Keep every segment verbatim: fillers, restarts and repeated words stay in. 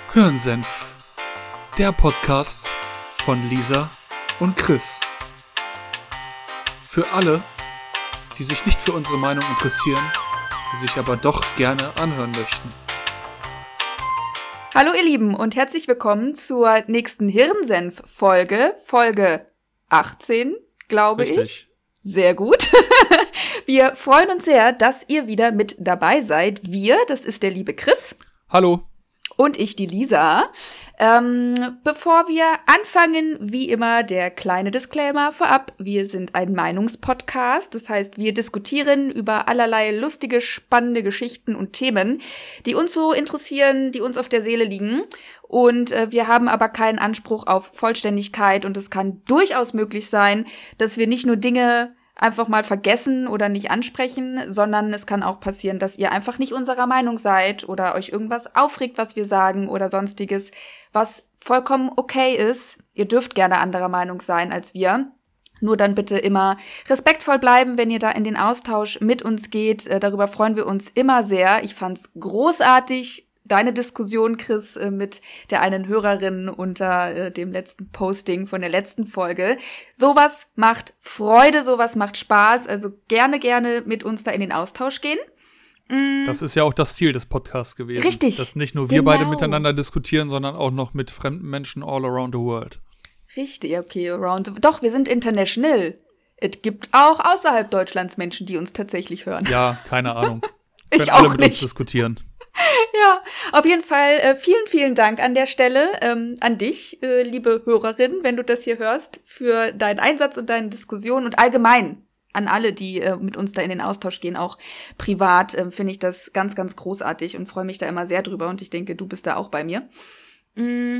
Hörensenf, der Podcast von Lisa und Chris. Für alle, die sich nicht für unsere Meinung interessieren, sie sich aber doch gerne anhören möchten. Hallo ihr Lieben und herzlich willkommen zur nächsten Hirnsenf-Folge, Folge achtzehn, glaube Richtig. ich. Sehr gut. Wir freuen uns sehr, dass ihr wieder mit dabei seid. Wir, das ist der liebe Chris. Hallo. Und ich, die Lisa. Ähm, bevor wir anfangen, wie immer der kleine Disclaimer vorab. Wir sind ein Meinungspodcast. Das heißt, wir diskutieren über allerlei lustige, spannende Geschichten und Themen, die uns so interessieren, die uns auf der Seele liegen. Und äh, wir haben aber keinen Anspruch auf Vollständigkeit. Und es kann durchaus möglich sein, dass wir nicht nur Dinge einfach mal vergessen oder nicht ansprechen, sondern es kann auch passieren, dass ihr einfach nicht unserer Meinung seid oder euch irgendwas aufregt, was wir sagen oder sonstiges, was vollkommen okay ist. Ihr dürft gerne anderer Meinung sein als wir. Nur dann bitte immer respektvoll bleiben, wenn ihr da in den Austausch mit uns geht. Äh, darüber freuen wir uns immer sehr. Ich fand's großartig, deine Diskussion, Chris, mit der einen Hörerin unter äh, dem letzten Posting von der letzten Folge. Sowas macht Freude, sowas macht Spaß. Also gerne, gerne mit uns da in den Austausch gehen. Mm. Das ist ja auch das Ziel des Podcasts gewesen. Richtig. Dass nicht nur wir genau. beide miteinander diskutieren, sondern auch noch mit fremden Menschen all around the world. Richtig, okay, around. Doch, wir sind international. Es gibt auch außerhalb Deutschlands Menschen, die uns tatsächlich hören. Ja, keine Ahnung. Ich Können auch alle mit nicht. uns diskutieren. Ja, auf jeden Fall äh, vielen, vielen Dank an der Stelle ähm, an dich, äh, liebe Hörerin, wenn du das hier hörst, für deinen Einsatz und deine Diskussion und allgemein an alle, die äh, mit uns da in den Austausch gehen, auch privat, äh, finde ich das ganz, ganz großartig und freue mich da immer sehr drüber und ich denke, du bist da auch bei mir. Mm,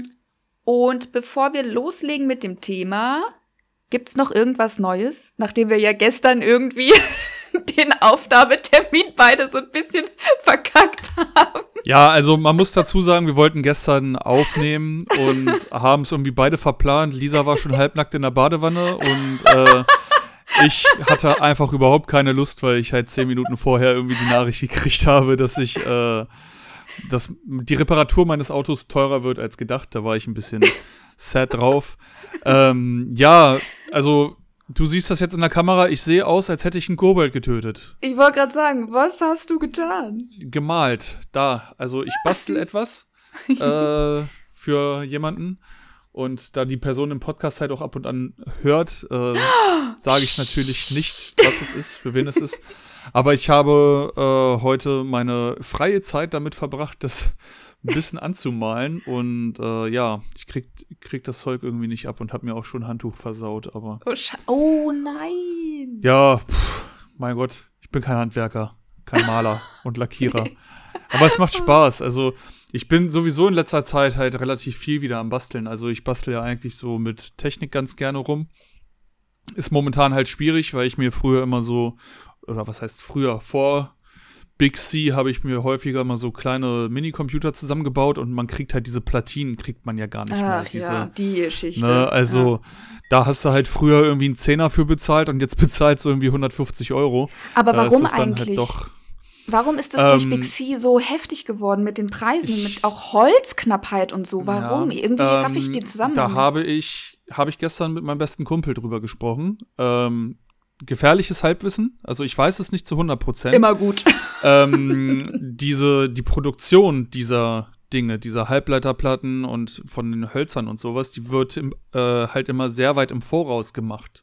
und bevor wir loslegen mit dem Thema, gibt's noch irgendwas Neues, nachdem wir ja gestern irgendwie den Aufnahmetermin beide so ein bisschen verkackt haben. Ja, also man muss dazu sagen, wir wollten gestern aufnehmen und haben es irgendwie beide verplant. Lisa war schon halbnackt in der Badewanne und äh, ich hatte einfach überhaupt keine Lust, weil ich halt zehn Minuten vorher irgendwie die Nachricht gekriegt habe, dass ich, äh, dass die Reparatur meines Autos teurer wird als gedacht. Da war ich ein bisschen sad drauf. Ähm, ja, also du siehst das jetzt in der Kamera, ich sehe aus, als hätte ich einen Kobold getötet. Ich wollte gerade sagen, was hast du getan? Gemalt, da. Also ich bastel etwas äh, für jemanden. Und da die Person im Podcast halt auch ab und an hört, äh, sage ich natürlich nicht, was es ist, für wen es ist. Aber ich habe äh, heute meine freie Zeit damit verbracht, das ein bisschen anzumalen. Und äh, ja, ich krieg, krieg das Zeug irgendwie nicht ab und habe mir auch schon ein Handtuch versaut. Aber Oh, Sche- oh nein. ja, pff, mein Gott, ich bin kein Handwerker, kein Maler und Lackierer. Aber es macht Spaß. Also ich bin sowieso in letzter Zeit halt relativ viel wieder am Basteln. Also ich bastel ja eigentlich so mit Technik ganz gerne rum. Ist momentan halt schwierig, weil ich mir früher immer so, oder was heißt früher, vor Big C habe ich mir häufiger mal so kleine Minicomputer zusammengebaut und man kriegt halt diese Platinen, kriegt man ja gar nicht mehr. Ach Diese, ja, die Geschichte. ne, also Ja. da hast du halt früher irgendwie einen Zehner für bezahlt und jetzt bezahlst du irgendwie hundertfünfzig Euro. Aber Da ist warum es dann eigentlich? Halt doch, Warum ist das durch Ähm, Big C so heftig geworden mit den Preisen, mit auch Holzknappheit und so? Warum? Ja, Irgendwie raff ich ähm, den Zusammenhang Da nicht. habe ich, habe ich gestern mit meinem besten Kumpel drüber gesprochen. Ähm, gefährliches Halbwissen. Also ich weiß es nicht zu hundert Prozent. Immer gut. Ähm, diese, die Produktion dieser Dinge, dieser Halbleiterplatten und von den Hölzern und sowas, die wird im, äh, halt immer sehr weit im Voraus gemacht.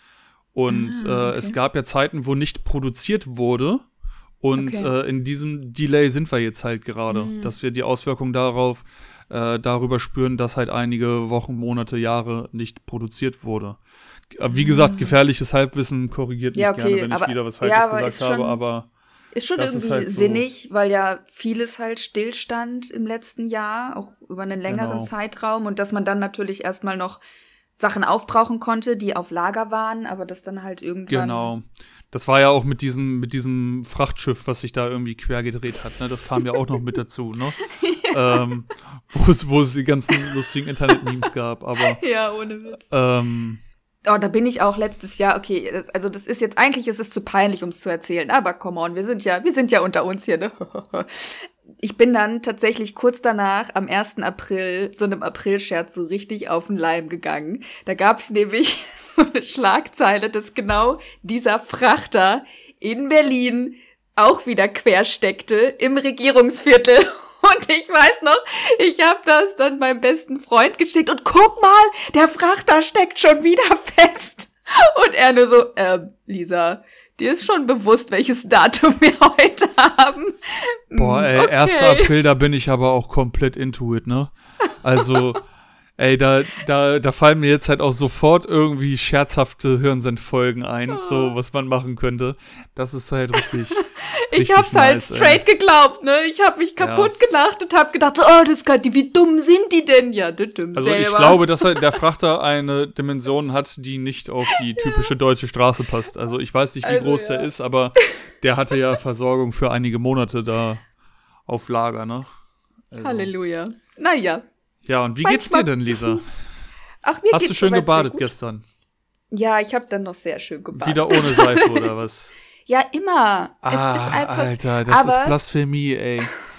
Und Ah, äh, okay. es gab ja Zeiten, wo nicht produziert wurde. Und Okay. äh, in diesem Delay sind wir jetzt halt gerade, Mhm. dass wir die Auswirkungen darauf äh, darüber spüren, dass halt einige Wochen, Monate, Jahre nicht produziert wurde. Äh, Wie gesagt, gefährliches Halbwissen, korrigiert mich Ja, okay, gerne, wenn aber- ich wieder was Falsches ja, aber gesagt ist habe, schon- aber Ist schon Das ist irgendwie halt so. sinnig, weil ja vieles halt stillstand im letzten Jahr, auch über einen längeren Genau. Zeitraum und dass man dann natürlich erstmal noch Sachen aufbrauchen konnte, die auf Lager waren, aber das dann halt irgendwann. genau. Das war ja auch mit diesem, mit diesem Frachtschiff, was sich da irgendwie quer gedreht hat, ne? Das kam ja auch noch mit dazu, ne? ähm, wo es, wo es die ganzen lustigen Internet-Memes gab, aber Ja, ohne Witz. ähm, Oh, da bin ich auch letztes Jahr, okay, das, also das ist jetzt, eigentlich ist es zu peinlich, um es zu erzählen, aber come on, wir sind ja, wir sind ja unter uns hier, ne? ich bin dann tatsächlich kurz danach, am ersten April, so einem Aprilscherz so richtig auf den Leim gegangen. Da gab es nämlich so eine Schlagzeile, dass genau dieser Frachter in Berlin auch wieder quer steckte im Regierungsviertel. Und ich weiß noch, ich habe das dann meinem besten Freund geschickt und guck mal, der Frachter steckt schon wieder fest. Und er nur so, ähm, Lisa, dir ist schon bewusst, welches Datum wir heute haben. Boah, ey, okay. erster April, da bin ich aber auch komplett into it, ne? Also, ey, da, da, da fallen mir jetzt halt auch sofort irgendwie scherzhafte Hirnsendfolgen ein, oh. so, was man machen könnte. Das ist halt richtig, Ich richtig hab's halt nice, straight ey. geglaubt, ne? Ich hab mich kaputt ja. gelacht und hab gedacht, oh, das kann die, wie dumm sind die denn? Ja, das dumm Also selber. ich glaube, dass halt der Frachter eine Dimension hat, die nicht auf die typische ja. deutsche Straße passt. Also ich weiß nicht, wie also, groß ja. der ist, aber der hatte ja Versorgung für einige Monate da auf Lager, ne? Also. Halleluja. Naja. Ja, und wie Manchmal geht's dir denn, Lisa? Ach, mir Hast geht's du schön soweit gebadet sehr gut. gestern? Ja, ich habe dann noch sehr schön gebadet. Wieder ohne Seife oder was? Ja, immer. Ah, es ist einfach, Alter, das aber, ist Blasphemie, ey.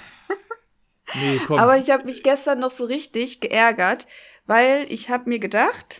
Nee, komm. Aber ich habe mich gestern noch so richtig geärgert, weil ich habe mir gedacht,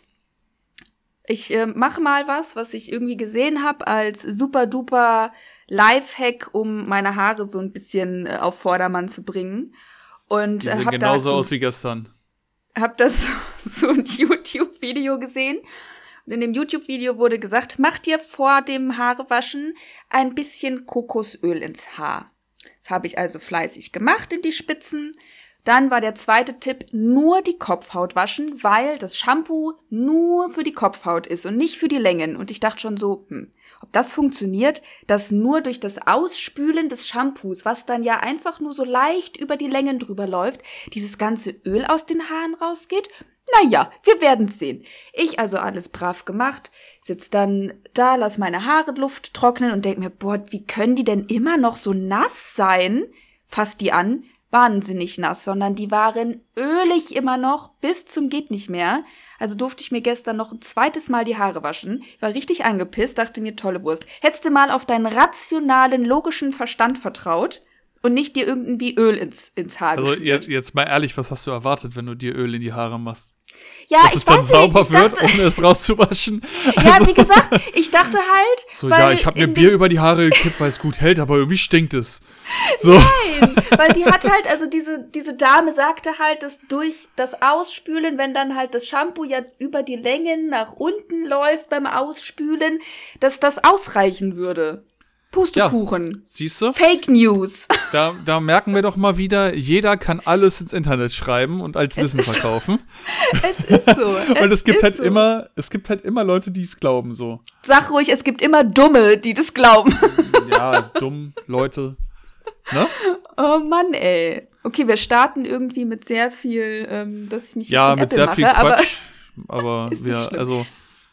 ich äh, mache mal was, was ich irgendwie gesehen habe als super duper Lifehack, um meine Haare so ein bisschen äh, auf Vordermann zu bringen. Und Die äh, sehen habe genauso dazu, aus wie gestern. hab das so ein YouTube-Video gesehen. Und in dem YouTube-Video wurde gesagt, mach dir vor dem Haarewaschen ein bisschen Kokosöl ins Haar. Das habe ich also fleißig gemacht in die Spitzen. Dann war der zweite Tipp, nur die Kopfhaut waschen, weil das Shampoo nur für die Kopfhaut ist und nicht für die Längen. Und ich dachte schon so, hm, ob das funktioniert, dass nur durch das Ausspülen des Shampoos, was dann ja einfach nur so leicht über die Längen drüber läuft, dieses ganze Öl aus den Haaren rausgeht? Naja, wir werden's sehen. Ich also alles brav gemacht, sitz dann da, lass meine Haare Luft trocknen und denk mir, boah, wie können die denn immer noch so nass sein? Fass die an, waren sie nicht nass, sondern die waren ölig immer noch bis zum geht nicht mehr. Also durfte ich mir gestern noch ein zweites Mal die Haare waschen. War richtig angepisst, dachte mir, tolle Wurst. Hättest du mal auf deinen rationalen, logischen Verstand vertraut und nicht dir irgendwie Öl ins, ins Haar Also geschmiert. jetzt, jetzt mal ehrlich, was hast du erwartet, wenn du dir Öl in die Haare machst? Ja, Dass ich es dann weiß nicht, sauber ich wird, dachte, ohne es rauszuwaschen? ja, Also, wie gesagt, ich dachte halt, so, weil ja, ich habe mir in Bier dem- über die Haare gekippt, weil es gut hält, aber irgendwie stinkt es. So. Nein, weil die hat halt, also diese, diese Dame sagte halt, dass durch das Ausspülen, wenn dann halt das Shampoo ja über die Längen nach unten läuft beim Ausspülen, dass das ausreichen würde. Pustekuchen. Siehst du? Fake News. Da, da merken wir doch mal wieder, jeder kann alles ins Internet schreiben und als Es Wissen ist- verkaufen. Es ist so. Und es gibt ist halt so. immer, es gibt halt immer Leute, die es glauben, so. Sag ruhig, es gibt immer Dumme, die das glauben. Ja, dumm, Leute. Ne? Oh Mann, ey. Okay, wir starten irgendwie mit sehr viel, ähm, dass ich mich Ja, jetzt zum mit Apple sehr mache, viel aber Quatsch. Aber Ist nicht wir, schlimm. also.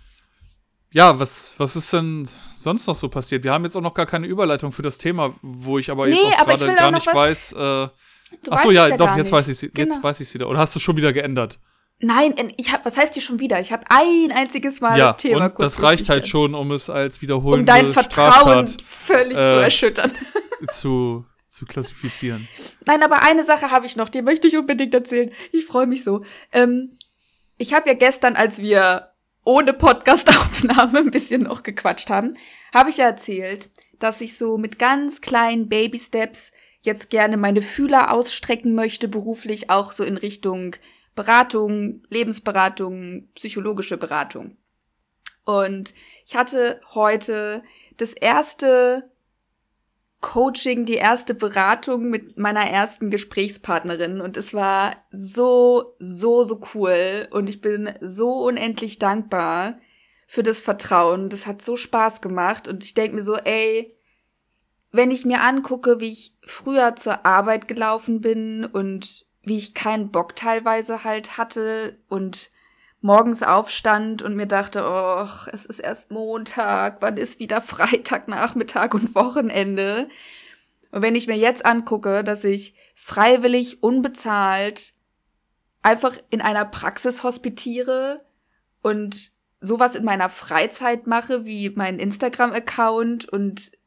Ja, was, was ist denn sonst noch so passiert? Wir haben jetzt auch noch gar keine Überleitung für das Thema, wo ich aber jetzt Nee, auch aber ich gerade will gar auch noch nicht was- weiß. Äh, du ach weißt so, ja, es ja doch, gar jetzt nicht. weiß ich jetzt Genau. weiß ich es wieder. Oder hast du schon wieder geändert? Nein, ich hab, was heißt hier schon wieder? Ich habe ein einziges Mal ja, das Thema und kurz das reicht halt geändert. schon, um es als wiederholende Um dein Vertrauen Straftat völlig zu äh, erschüttern. zu, zu klassifizieren. Nein, aber eine Sache habe ich noch, die möchte ich unbedingt erzählen. Ich freue mich so. Ähm, ich habe ja gestern, als wir ohne Podcastaufnahme ein bisschen noch gequatscht haben, habe ich ja erzählt, dass ich so mit ganz kleinen Baby-Steps jetzt gerne meine Fühler ausstrecken möchte, beruflich auch so in Richtung Beratung, Lebensberatung, psychologische Beratung. Und ich hatte heute das erste Coaching, die erste Beratung mit meiner ersten Gesprächspartnerin und es war so, so, so cool und ich bin so unendlich dankbar für das Vertrauen. Das hat so Spaß gemacht und ich denke mir so, ey, wenn ich mir angucke, wie ich früher zur Arbeit gelaufen bin und wie ich keinen Bock teilweise halt hatte und morgens aufstand und mir dachte, oh, es ist erst Montag, wann ist wieder Freitagnachmittag und Wochenende? Und wenn ich mir jetzt angucke, dass ich freiwillig, unbezahlt einfach in einer Praxis hospitiere und sowas in meiner Freizeit mache, wie meinen Instagram-Account und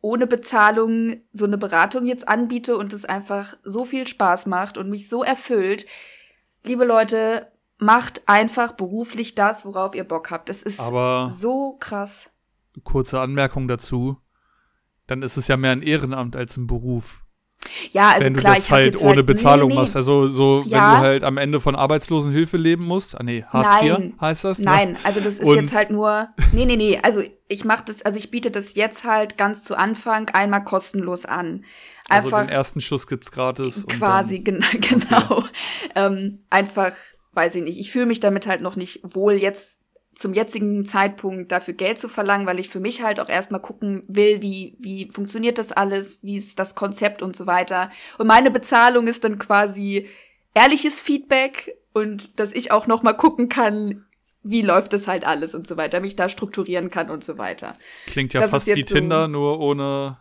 ohne Bezahlung so eine Beratung jetzt anbiete und es einfach so viel Spaß macht und mich so erfüllt. Liebe Leute, macht einfach beruflich das, worauf ihr Bock habt. Es ist Aber so krass. Kurze Anmerkung dazu. Dann ist es ja mehr ein Ehrenamt als ein Beruf. Ja, also wenn du klar, das ich habe halt jetzt ohne halt, Bezahlung nee, nee. machst. Also so, Ja. wenn du halt am Ende von Arbeitslosenhilfe leben musst. Ah nee, Hartz vier Nein. heißt das. Nein, Ne? also das ist Und- jetzt halt nur, nee, nee, nee, also ich mache das, also ich biete das jetzt halt ganz zu Anfang einmal kostenlos an. Einfach Also den ersten Schuss gibt's gratis. quasi, Und gen genau. Ähm, einfach, weiß ich nicht, ich fühle mich damit halt noch nicht wohl, jetzt zum jetzigen Zeitpunkt dafür Geld zu verlangen, weil ich für mich halt auch erstmal gucken will, wie, wie funktioniert das alles, wie ist das Konzept und so weiter. Und meine Bezahlung ist dann quasi ehrliches Feedback und dass ich auch noch mal gucken kann, wie läuft das halt alles und so weiter, mich da strukturieren kann und so weiter. dann klingt ja das fast ist wie jetzt so- Tinder, nur ohne,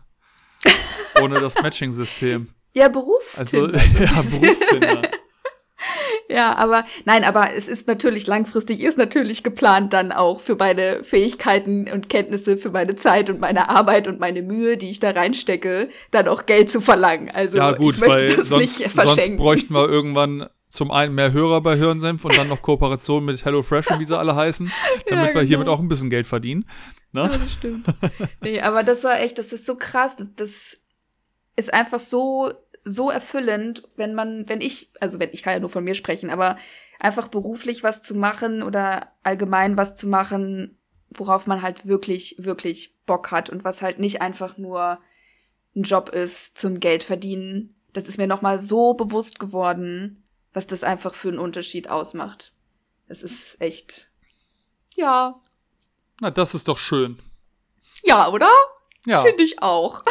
ohne das Matching-System. Ja, Also, Berufstinder. ja, so ein bisschen. Berufstinder. Ja, aber nein, aber es ist natürlich langfristig, ist natürlich geplant dann auch für meine Fähigkeiten und Kenntnisse, für meine Zeit und meine Arbeit und meine Mühe, die ich da reinstecke, dann auch Geld zu verlangen. Also Ja gut, ich möchte weil das sonst, nicht sonst verschenken. bräuchten wir irgendwann zum einen mehr Hörer bei Hörensenf und dann noch Kooperation mit HelloFresh und wie sie alle heißen, damit Ja, wir hiermit genau. auch ein bisschen Geld verdienen. Ja, Ne? das stimmt. Nee, aber das war echt, das ist so krass, das, das ist einfach so so erfüllend, wenn man, wenn ich, also wenn ich kann ja nur von mir sprechen, aber einfach beruflich was zu machen oder allgemein was zu machen, worauf man halt wirklich, wirklich Bock hat und was halt nicht einfach nur ein Job ist zum Geld verdienen. Das ist mir nochmal so bewusst geworden, was das einfach für einen Unterschied ausmacht. Es ist echt, ja, Na, das ist doch schön. ja, oder? Ja. Finde ich auch.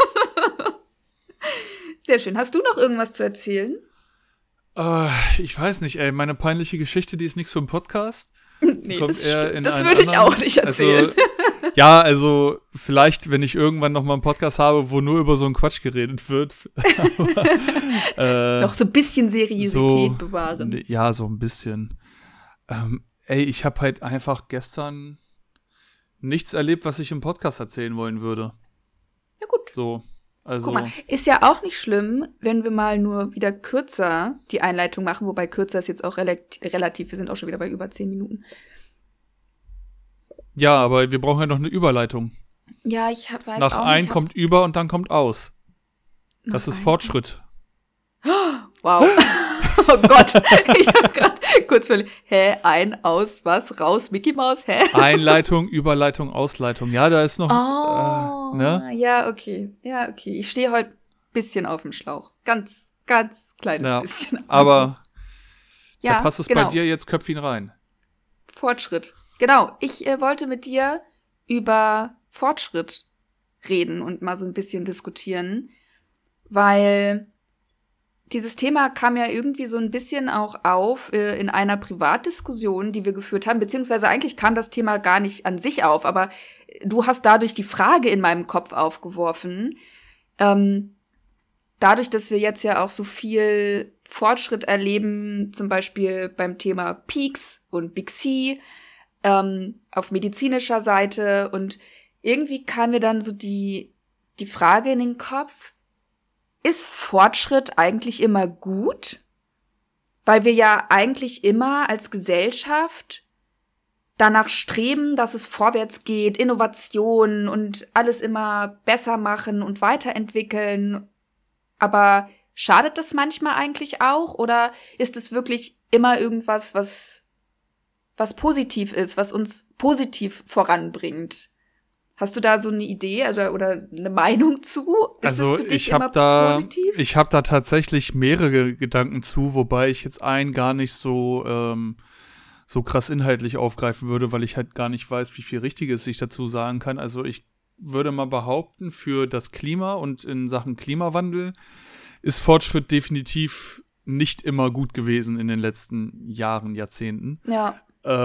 Sehr schön. Hast du noch irgendwas zu erzählen? Äh, ich weiß nicht, ey, meine peinliche Geschichte, die ist nichts für einen Podcast. Nee, Kommt das, eher stimmt. in das einen würde ich anderen- auch nicht erzählen. Also, ja, also vielleicht, wenn ich irgendwann noch mal einen Podcast habe, wo nur über so einen Quatsch geredet wird. Aber, äh, noch so ein bisschen Seriosität so- bewahren. Nee, ja, so ein bisschen. Ähm, ey, ich habe halt einfach gestern nichts erlebt, was ich im Podcast erzählen wollen würde. Ja gut. So, also Guck mal, ist ja auch nicht schlimm, wenn wir mal nur wieder kürzer die Einleitung machen, wobei kürzer ist jetzt auch relati- relativ, wir sind auch schon wieder bei über zehn Minuten. ja, aber wir brauchen ja noch eine Überleitung. Ja, ich hab, weiß Nach auch ein nicht. hab- kommt über und dann kommt aus. Das Nach ist ein Fortschritt. Wow. Oh Gott. Ich hab grad kurz verliebt. Hä? Ein, aus, was? Raus? Mickey Maus? Hä? Einleitung, Überleitung, Ausleitung. Ja, da ist noch, Oh, äh, ne? ja, okay. Ja, okay. Ich stehe heute ein bisschen auf dem Schlauch. Ganz, ganz kleines Ja, bisschen. Aber ja, da passt es genau. bei dir jetzt Köpfchen rein. Fortschritt. Genau. Ich äh, wollte mit dir über Fortschritt reden und mal so ein bisschen diskutieren, weil dieses Thema kam ja irgendwie so ein bisschen auch auf äh, in einer Privatdiskussion, die wir geführt haben, beziehungsweise eigentlich kam das Thema gar nicht an sich auf, aber du hast dadurch die Frage in meinem Kopf aufgeworfen. Ähm, dadurch, dass wir jetzt ja auch so viel Fortschritt erleben, zum Beispiel beim Thema Peaks und Big C, ähm, auf medizinischer Seite, und irgendwie kam mir dann so die, die Frage in den Kopf, ist Fortschritt eigentlich immer gut? Weil wir ja eigentlich immer als Gesellschaft danach streben, dass es vorwärts geht, Innovation und alles immer besser machen und weiterentwickeln. Aber schadet das manchmal eigentlich auch? Oder ist es wirklich immer irgendwas, was, was positiv ist, was uns positiv voranbringt? Hast du da so eine Idee also, oder eine Meinung zu? Ist Also es für dich ich habe immer da, positiv? ich habe da tatsächlich mehrere Gedanken zu, wobei ich jetzt einen gar nicht so ähm, so krass inhaltlich aufgreifen würde, weil ich halt gar nicht weiß, wie viel Richtiges ich dazu sagen kann. Also ich würde mal behaupten, für das Klima und in Sachen Klimawandel ist Fortschritt definitiv nicht immer gut gewesen in den letzten Jahren, Jahrzehnten. Ja.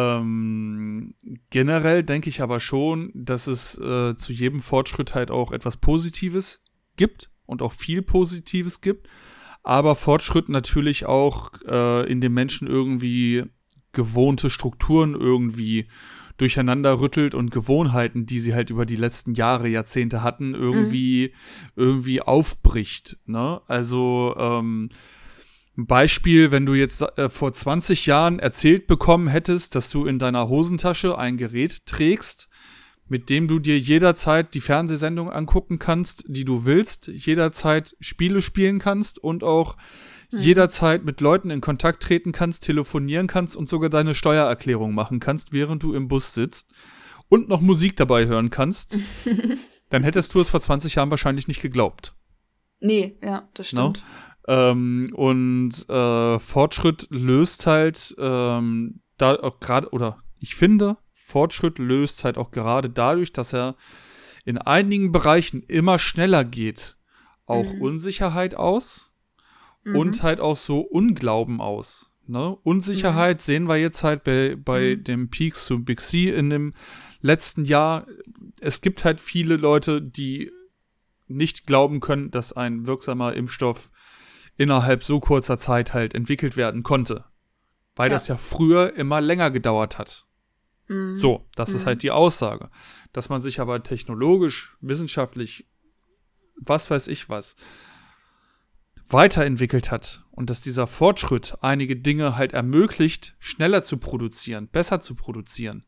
Ähm, generell denke ich aber schon, dass es äh, zu jedem Fortschritt halt auch etwas Positives gibt und auch viel Positives gibt, aber Fortschritt natürlich auch äh, in den Menschen irgendwie gewohnte Strukturen irgendwie durcheinander rüttelt und Gewohnheiten, die sie halt über die letzten Jahre, Jahrzehnte hatten, irgendwie, mhm. irgendwie aufbricht. Ne? Also ähm, ein Beispiel, wenn du jetzt äh, vor zwanzig Jahren erzählt bekommen hättest, dass du in deiner Hosentasche ein Gerät trägst, mit dem du dir jederzeit die Fernsehsendung angucken kannst, die du willst, jederzeit Spiele spielen kannst und auch mhm. jederzeit mit Leuten in Kontakt treten kannst, telefonieren kannst und sogar deine Steuererklärung machen kannst, während du im Bus sitzt und noch Musik dabei hören kannst, dann hättest du es vor zwanzig Jahren wahrscheinlich nicht geglaubt. Nee, ja, das stimmt. No? Ähm, und äh, Fortschritt löst halt ähm, da auch gerade, oder ich finde, Fortschritt löst halt auch gerade dadurch, dass er in einigen Bereichen immer schneller geht, auch mhm. Unsicherheit aus mhm. und halt auch so Unglauben aus. Ne? Unsicherheit mhm. sehen wir jetzt halt bei, bei mhm. dem Peaks zu Big C in dem letzten Jahr. Es gibt halt viele Leute, die nicht glauben können, dass ein wirksamer Impfstoff innerhalb so kurzer Zeit halt entwickelt werden konnte. Weil ja. das ja früher immer länger gedauert hat. Mhm. So, das mhm. ist halt die Aussage. Dass man sich aber technologisch, wissenschaftlich, was weiß ich was, weiterentwickelt hat und dass dieser Fortschritt einige Dinge halt ermöglicht, schneller zu produzieren, besser zu produzieren.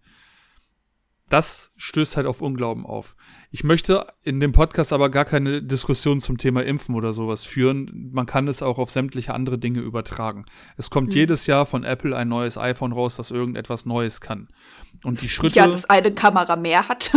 Das stößt halt auf Unglauben auf. Ich möchte in dem Podcast aber gar keine Diskussion zum Thema Impfen oder sowas führen. Man kann es auch auf sämtliche andere Dinge übertragen. Es kommt mhm. jedes Jahr von Apple ein neues iPhone raus, das irgendetwas Neues kann. Und die Schritte... Ja, das eine Kamera mehr hat.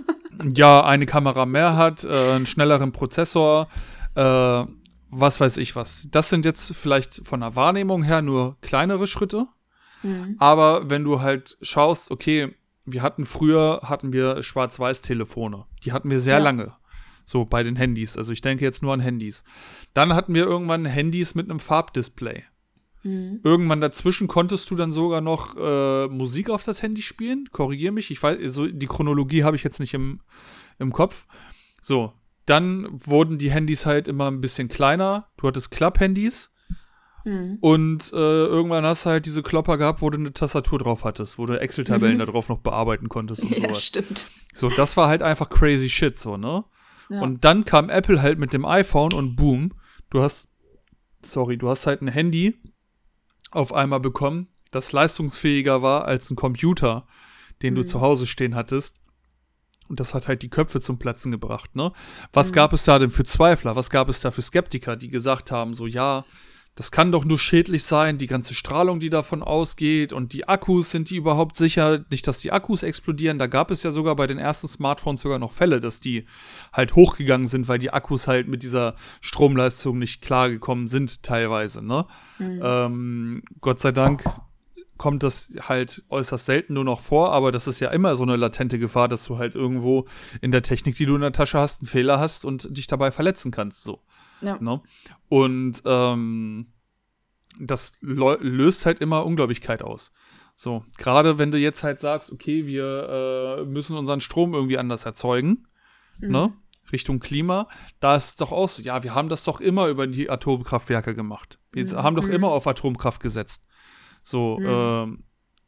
ja, eine Kamera mehr hat, äh, einen schnelleren Prozessor, äh, was weiß ich was. Das sind jetzt vielleicht von der Wahrnehmung her nur kleinere Schritte. Mhm. Aber wenn du halt schaust, okay, wir hatten früher, hatten wir Schwarz-Weiß-Telefone. Die hatten wir sehr ja. lange. So bei den Handys. Also ich denke jetzt nur an Handys. Dann hatten wir irgendwann Handys mit einem Farbdisplay. Mhm. Irgendwann dazwischen konntest du dann sogar noch äh, Musik auf das Handy spielen. Korrigier mich. Ich weiß, so die Chronologie habe ich jetzt nicht im, im Kopf. So, dann wurden die Handys halt immer ein bisschen kleiner. Du hattest Klapp-Handys. Mhm. Und äh, irgendwann hast du halt diese Klopper gehabt, wo du eine Tastatur drauf hattest, wo du Excel-Tabellen mhm. da drauf noch bearbeiten konntest und ja, sowas. Stimmt. So, das war halt einfach crazy shit, so, ne? Ja. Und dann kam Apple halt mit dem iPhone und boom, du hast, sorry, du hast halt ein Handy auf einmal bekommen, das leistungsfähiger war als ein Computer, den mhm. du zu Hause stehen hattest. Und das hat halt die Köpfe zum Platzen gebracht, ne? Was mhm. gab es da denn für Zweifler? Was gab es da für Skeptiker, die gesagt haben, so, ja, das kann doch nur schädlich sein, die ganze Strahlung, die davon ausgeht und die Akkus, sind die überhaupt sicher? Nicht, dass die Akkus explodieren. Da gab es ja sogar bei den ersten Smartphones sogar noch Fälle, dass die halt hochgegangen sind, weil die Akkus halt mit dieser Stromleistung nicht klargekommen sind teilweise, ne? Mhm. Ähm, Gott sei Dank kommt das halt äußerst selten nur noch vor, aber das ist ja immer so eine latente Gefahr, dass du halt irgendwo in der Technik, die du in der Tasche hast, einen Fehler hast und dich dabei verletzen kannst, so. Ja. Ne? Und ähm, das lo- löst halt immer Unglaublichkeit aus. So, gerade wenn du jetzt halt sagst, okay, wir äh, müssen unseren Strom irgendwie anders erzeugen, mhm. ne? Richtung Klima, da ist es doch auch so, ja, wir haben das doch immer über die Atomkraftwerke gemacht. Wir mhm. haben doch mhm. immer auf Atomkraft gesetzt. So, mhm. ähm,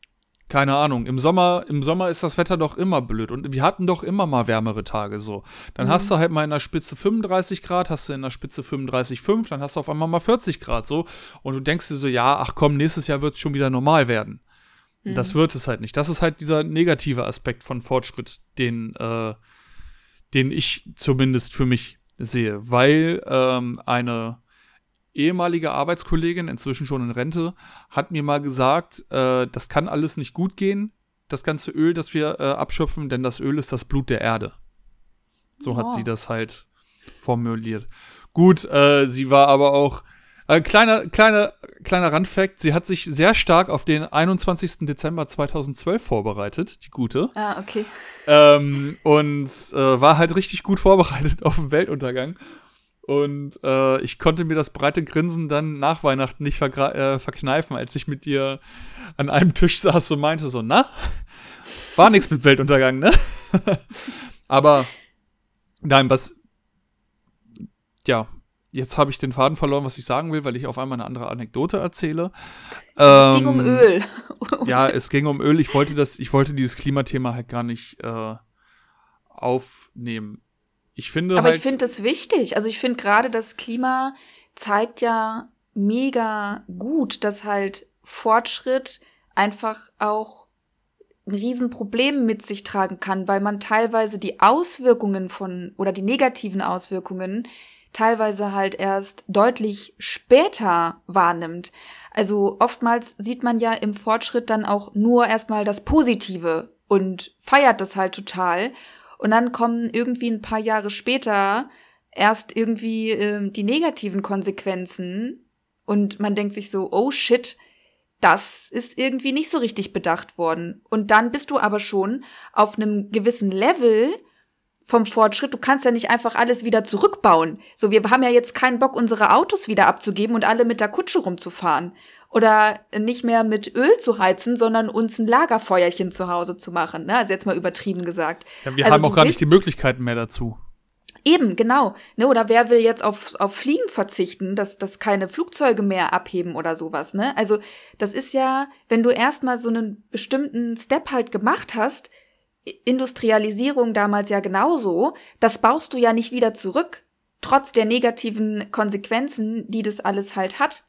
keine Ahnung, im Sommer, im Sommer ist das Wetter doch immer blöd und wir hatten doch immer mal wärmere Tage so. Dann mhm. hast du halt mal in der Spitze fünfunddreißig Grad, hast du in der Spitze fünfunddreißig Komma fünf, dann hast du auf einmal mal vierzig Grad so und du denkst dir so, ja, ach komm, nächstes Jahr wird es schon wieder normal werden. Mhm. Das wird es halt nicht. Das ist halt dieser negative Aspekt von Fortschritt, den, äh, den ich zumindest für mich sehe, weil ähm, eine ehemalige Arbeitskollegin, inzwischen schon in Rente, hat mir mal gesagt, äh, das kann alles nicht gut gehen, das ganze Öl, das wir äh, abschöpfen, denn das Öl ist das Blut der Erde. So oh. hat sie das halt formuliert. Gut, äh, sie war aber auch, äh, kleiner, kleiner, kleiner Randfact, sie hat sich sehr stark auf den einundzwanzigsten Dezember zweitausendzwölf vorbereitet, die Gute. Ah, okay. Ähm, und äh, war halt richtig gut vorbereitet auf den Weltuntergang. Und äh, ich konnte mir das breite Grinsen dann nach Weihnachten nicht vergra- äh, verkneifen, als ich mit ihr an einem Tisch saß und meinte so, na, war nix mit Weltuntergang, ne? Aber, nein, was, ja, jetzt habe ich den Faden verloren, was ich sagen will, weil ich auf einmal eine andere Anekdote erzähle. Es ähm, ging um Öl. Ja, es ging um Öl. Ich wollte das, ich wollte dieses Klimathema halt gar nicht äh, aufnehmen. Ich finde Aber halt, ich finde es wichtig. Also ich finde gerade das Klima zeigt ja mega gut, dass halt Fortschritt einfach auch ein Riesenproblem mit sich tragen kann, weil man teilweise die Auswirkungen von oder die negativen Auswirkungen teilweise halt erst deutlich später wahrnimmt. Also oftmals sieht man ja im Fortschritt dann auch nur erstmal das Positive und feiert das halt total. Und dann kommen irgendwie ein paar Jahre später erst irgendwie äh, die negativen Konsequenzen und man denkt sich so, oh shit, das ist irgendwie nicht so richtig bedacht worden. Und dann bist du aber schon auf einem gewissen Level vom Fortschritt. Du kannst ja nicht einfach alles wieder zurückbauen. So, wir haben ja jetzt keinen Bock, unsere Autos wieder abzugeben und alle mit der Kutsche rumzufahren. Oder nicht mehr mit Öl zu heizen, sondern uns ein Lagerfeuerchen zu Hause zu machen. Ne? Also jetzt mal übertrieben gesagt. Ja, wir also haben auch gar nicht die Möglichkeiten mehr dazu. Eben, genau. Ne, oder wer will jetzt auf, auf Fliegen verzichten, dass, dass keine Flugzeuge mehr abheben oder sowas, ne? Also, das ist ja, wenn du erstmal so einen bestimmten Step halt gemacht hast, Industrialisierung damals ja genauso, das baust du ja nicht wieder zurück, trotz der negativen Konsequenzen, die das alles halt hat.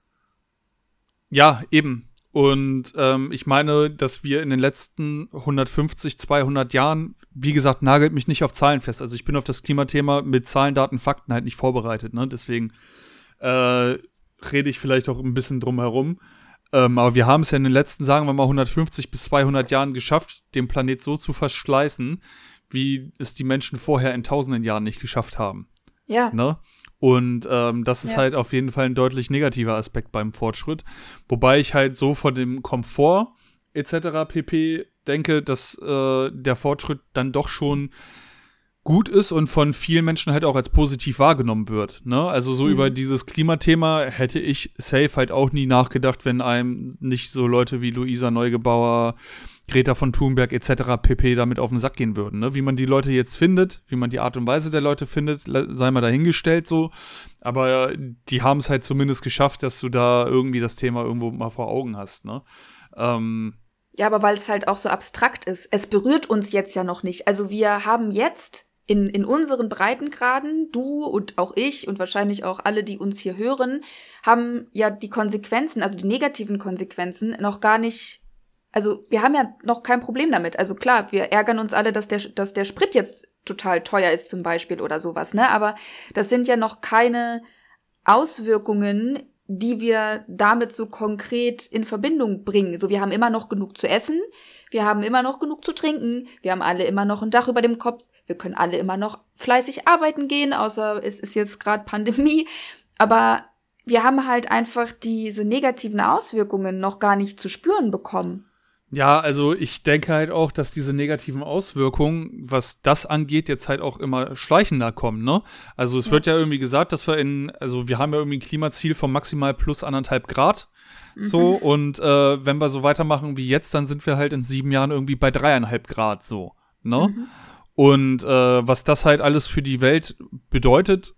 Ja, eben. Und ähm, ich meine, dass wir in den letzten hundertfünfzig, zweihundert Jahren, wie gesagt, nagelt mich nicht auf Zahlen fest. Also ich bin auf das Klimathema mit Zahlen, Daten, Fakten halt nicht vorbereitet. Ne? Deswegen äh, rede ich vielleicht auch ein bisschen drum herum. Ähm, aber wir haben es ja in den letzten, sagen wir mal, hundertfünfzig bis zweihundert Jahren geschafft, den Planet so zu verschleißen, wie es die Menschen vorher in tausenden Jahren nicht geschafft haben. Ja. Ne? Und ähm, das ist Ja. halt auf jeden Fall ein deutlich negativer Aspekt beim Fortschritt. Wobei ich halt so von dem Komfort et cetera pp. Denke, dass äh, der Fortschritt dann doch schon gut ist und von vielen Menschen halt auch als positiv wahrgenommen wird. Ne? Also so Mhm. über dieses Klimathema hätte ich safe halt auch nie nachgedacht, wenn einem nicht so Leute wie Luisa Neugebauer, Greta von Thunberg et cetera pp. Damit auf den Sack gehen würden. Ne? Wie man die Leute jetzt findet, wie man die Art und Weise der Leute findet, sei mal dahingestellt so. Aber die haben es halt zumindest geschafft, dass du da irgendwie das Thema irgendwo mal vor Augen hast. Ne? Ähm, Ja, aber weil es halt auch so abstrakt ist. Es berührt uns jetzt ja noch nicht. Also wir haben jetzt in, in unseren Breitengraden, du und auch ich und wahrscheinlich auch alle, die uns hier hören, haben ja die Konsequenzen, also die negativen Konsequenzen noch gar nicht. Also wir haben ja noch kein Problem damit. Also klar, wir ärgern uns alle, dass der, dass der Sprit jetzt total teuer ist zum Beispiel oder sowas, ne? Aber das sind ja noch keine Auswirkungen, die wir damit so konkret in Verbindung bringen. So, wir haben immer noch genug zu essen, wir haben immer noch genug zu trinken, wir haben alle immer noch ein Dach über dem Kopf, wir können alle immer noch fleißig arbeiten gehen, außer es ist jetzt gerade Pandemie. Aber wir haben halt einfach diese negativen Auswirkungen noch gar nicht zu spüren bekommen. Ja, also ich denke halt auch, dass diese negativen Auswirkungen, was das angeht, jetzt halt auch immer schleichender kommen, ne? Also es Ja. wird ja irgendwie gesagt, dass wir in, also wir haben ja irgendwie ein Klimaziel von maximal plus anderthalb Grad, so, und äh, wenn wir so weitermachen wie jetzt, dann sind wir halt in sieben Jahren irgendwie bei dreieinhalb Grad, so, ne? Mhm. Und äh, was das halt alles für die Welt bedeutet,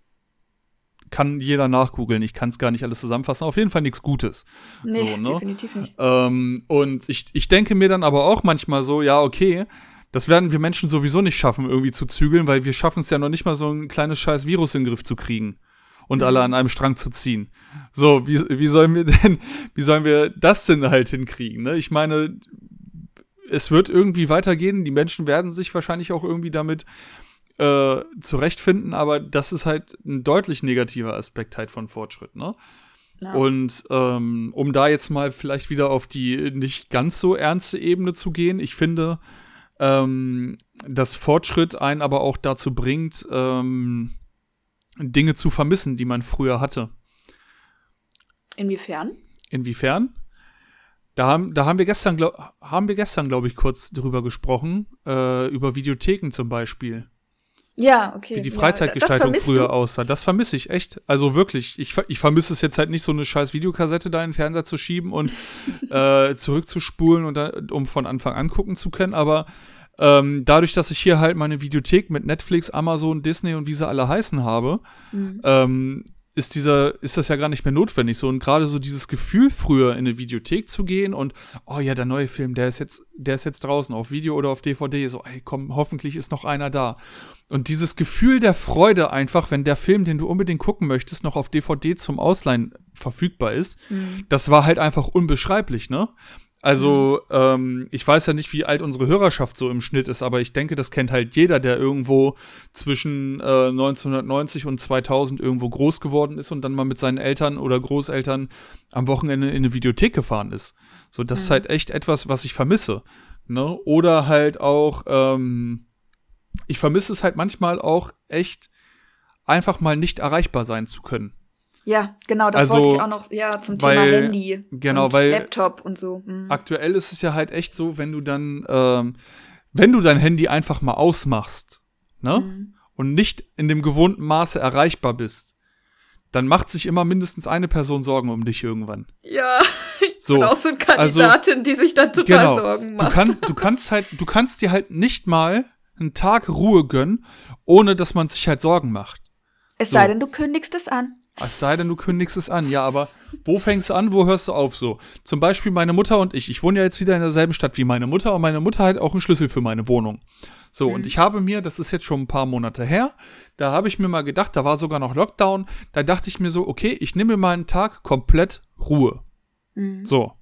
kann jeder nachgoogeln. Ich kann es gar nicht alles zusammenfassen. Auf jeden Fall nichts Gutes. Nee, so, ne? definitiv nicht. Ähm, und ich, ich denke mir dann aber auch manchmal so, ja, okay, das werden wir Menschen sowieso nicht schaffen, irgendwie zu zügeln, weil wir schaffen es ja noch nicht mal, so ein kleines scheiß Virus in den Griff zu kriegen und Mhm. alle an einem Strang zu ziehen. So, wie, wie sollen wir denn, wie sollen wir das denn halt hinkriegen, ne? Ich meine, es wird irgendwie weitergehen, die Menschen werden sich wahrscheinlich auch irgendwie damit äh, zurechtfinden, aber das ist halt ein deutlich negativer Aspekt halt von Fortschritt, ne? Ja. Und ähm, um da jetzt mal vielleicht wieder auf die nicht ganz so ernste Ebene zu gehen, ich finde, ähm, dass Fortschritt einen aber auch dazu bringt, ähm, Dinge zu vermissen, die man früher hatte. Inwiefern? Inwiefern? Da haben, da haben wir gestern, glaub, haben wir gestern, glaube ich, kurz drüber gesprochen, äh, über Videotheken zum Beispiel. Ja, okay. Wie die ja, Freizeitgestaltung das vermisst früher du? aussah. Das vermisse ich echt. Also wirklich. Ich, ver- ich vermisse es jetzt halt nicht, so eine scheiß Videokassette da in den Fernseher zu schieben und äh, zurückzuspulen, und dann, um von Anfang an gucken zu können. Aber ähm, dadurch, dass ich hier halt meine Videothek mit Netflix, Amazon, Disney und wie sie alle heißen habe, mhm. ähm, ist dieser, ist das ja gar nicht mehr notwendig. So, und gerade so dieses Gefühl, früher in eine Videothek zu gehen und, oh ja, der neue Film, der ist jetzt, der ist jetzt draußen auf Video oder auf D V D, so, ey, komm, hoffentlich ist noch einer da. Und dieses Gefühl der Freude einfach, wenn der Film, den du unbedingt gucken möchtest, noch auf D V D zum Ausleihen verfügbar ist, mhm. das war halt einfach unbeschreiblich, ne? Also, mhm. ähm, ich weiß ja nicht, wie alt unsere Hörerschaft so im Schnitt ist, aber ich denke, das kennt halt jeder, der irgendwo zwischen äh, neunzehnhundertneunzig und zweitausend irgendwo groß geworden ist und dann mal mit seinen Eltern oder Großeltern am Wochenende in eine Videothek gefahren ist. So, das mhm. ist halt echt etwas, was ich vermisse, ne? Oder halt auch, ähm, ich vermisse es halt manchmal auch echt, einfach mal nicht erreichbar sein zu können. Ja, genau, das also, wollte ich auch noch, ja, zum weil, Thema Handy genau, und weil Laptop und so. Mhm. Aktuell ist es ja halt echt so, wenn du dann, ähm, wenn du dein Handy einfach mal ausmachst, ne, mhm. und nicht in dem gewohnten Maße erreichbar bist, dann macht sich immer mindestens eine Person Sorgen um dich irgendwann. Ja, ich so, bin auch so eine Kandidatin, also, die sich dann total genau, Sorgen macht. Du, kann, du kannst halt, du kannst dir halt nicht mal einen Tag Ruhe gönnen, ohne dass man sich halt Sorgen macht. Es so. sei denn, du kündigst es an. Es sei denn, du kündigst es an. Ja, aber wo fängst du an, wo hörst du auf so? Zum Beispiel meine Mutter und ich. Ich wohne ja jetzt wieder in derselben Stadt wie meine Mutter und meine Mutter hat auch einen Schlüssel für meine Wohnung. So, mhm. und ich habe mir, das ist jetzt schon ein paar Monate her, da habe ich mir mal gedacht, da war sogar noch Lockdown, da dachte ich mir so, okay, ich nehme mir mal einen Tag komplett Ruhe. Mhm. So.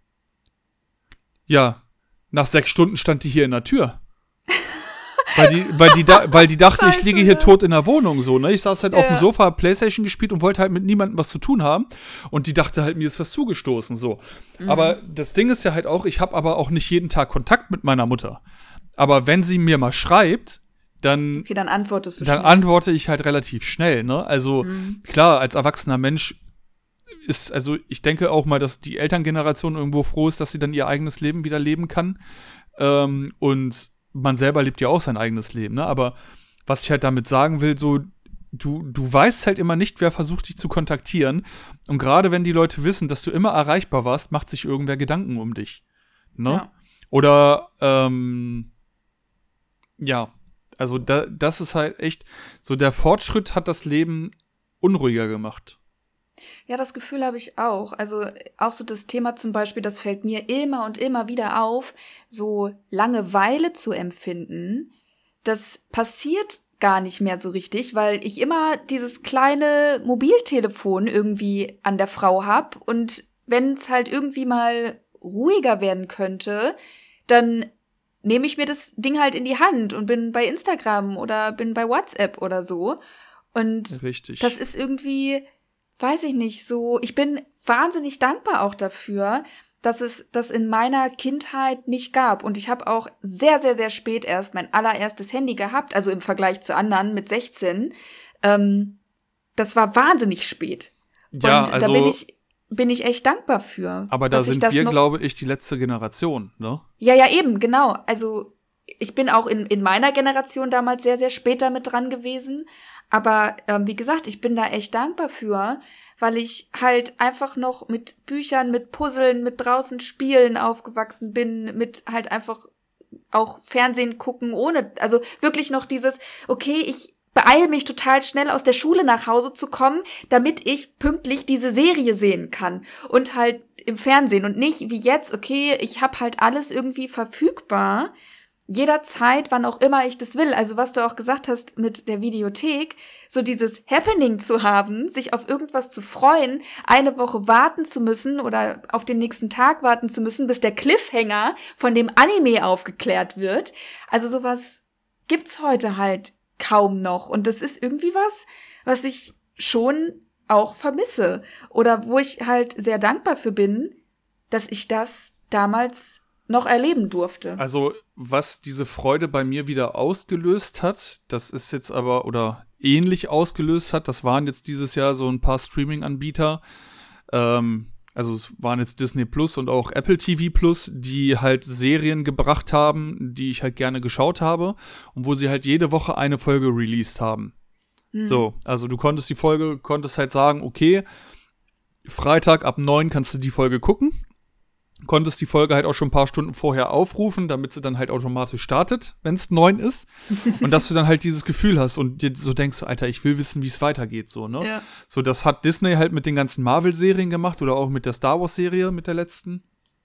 Ja, nach sechs Stunden stand die hier in der Tür. Weil die, weil, die da, weil die dachte, Scheiße, ich liege hier ne? tot in der Wohnung, so, ne? Ich saß halt ja. auf dem Sofa, Playstation gespielt und wollte halt mit niemandem was zu tun haben. Und die dachte halt, mir ist was zugestoßen, so. Mhm. Aber das Ding ist ja halt auch, ich habe aber auch nicht jeden Tag Kontakt mit meiner Mutter. Aber wenn sie mir mal schreibt, dann, okay, dann antwortest du dann schnell. antworte ich halt relativ schnell, ne? Also, mhm. klar, als erwachsener Mensch ist, also ich denke auch mal, dass die Elterngeneration irgendwo froh ist, dass sie dann ihr eigenes Leben wieder leben kann. Ähm, und man selber lebt ja auch sein eigenes Leben, ne? Aber was ich halt damit sagen will, so, du, du weißt halt immer nicht, wer versucht, dich zu kontaktieren. Und gerade wenn die Leute wissen, dass du immer erreichbar warst, macht sich irgendwer Gedanken um dich. Ne? Ja. Oder, ähm, ja, also da, das ist halt echt, so der Fortschritt hat das Leben unruhiger gemacht. Ja, das Gefühl habe ich auch. Also auch so das Thema zum Beispiel, das fällt mir immer und immer wieder auf, so Langeweile zu empfinden, das passiert gar nicht mehr so richtig, weil ich immer dieses kleine Mobiltelefon irgendwie an der Frau habe und wenn es halt irgendwie mal ruhiger werden könnte, dann nehme ich mir das Ding halt in die Hand und bin bei Instagram oder bin bei WhatsApp oder so. Und richtig. Das ist irgendwie, weiß ich nicht, so, ich bin wahnsinnig dankbar auch dafür, dass es das in meiner Kindheit nicht gab. Und ich habe auch sehr, sehr, sehr spät erst mein allererstes Handy gehabt, also im Vergleich zu anderen mit sechzehn. Ähm, das war wahnsinnig spät. Ja, und also, da bin ich, bin ich echt dankbar für. Aber da sind wir, glaube ich, die letzte Generation, ne? Ja, ja, eben, genau. Also ich bin auch in, in meiner Generation damals sehr, sehr spät damit dran gewesen. Aber ähm, wie gesagt, ich bin da echt dankbar für, weil ich halt einfach noch mit Büchern, mit Puzzeln, mit draußen Spielen aufgewachsen bin, mit halt einfach auch Fernsehen gucken, ohne, also wirklich noch dieses, okay, ich beeile mich total schnell aus der Schule nach Hause zu kommen, damit ich pünktlich diese Serie sehen kann und halt im Fernsehen und nicht wie jetzt, okay, ich habe halt alles irgendwie verfügbar, jederzeit, wann auch immer ich das will. Also was du auch gesagt hast mit der Videothek, so dieses Happening zu haben, sich auf irgendwas zu freuen, eine Woche warten zu müssen oder auf den nächsten Tag warten zu müssen, bis der Cliffhanger von dem Anime aufgeklärt wird. Also sowas gibt's heute halt kaum noch. Und das ist irgendwie was, was ich schon auch vermisse. Oder wo ich halt sehr dankbar für bin, dass ich das damals noch erleben durfte. Also, was diese Freude bei mir wieder ausgelöst hat, das ist jetzt aber, oder ähnlich ausgelöst hat, das waren jetzt dieses Jahr so ein paar Streaming-Anbieter, ähm, also es waren jetzt Disney Plus und auch Apple T V Plus, die halt Serien gebracht haben, die ich halt gerne geschaut habe und wo sie halt jede Woche eine Folge released haben. Hm. So, also du konntest die Folge, konntest halt sagen, okay, Freitag ab neun kannst du die Folge gucken. konntest die Folge halt auch schon ein paar Stunden vorher aufrufen, damit sie dann halt automatisch startet, wenn es neun ist. Und dass du dann halt dieses Gefühl hast und dir so denkst, Alter, ich will wissen, wie es weitergeht, so, ne? Ja. So, das hat Disney halt mit den ganzen Marvel-Serien gemacht oder auch mit der Star Wars-Serie, mit der letzten,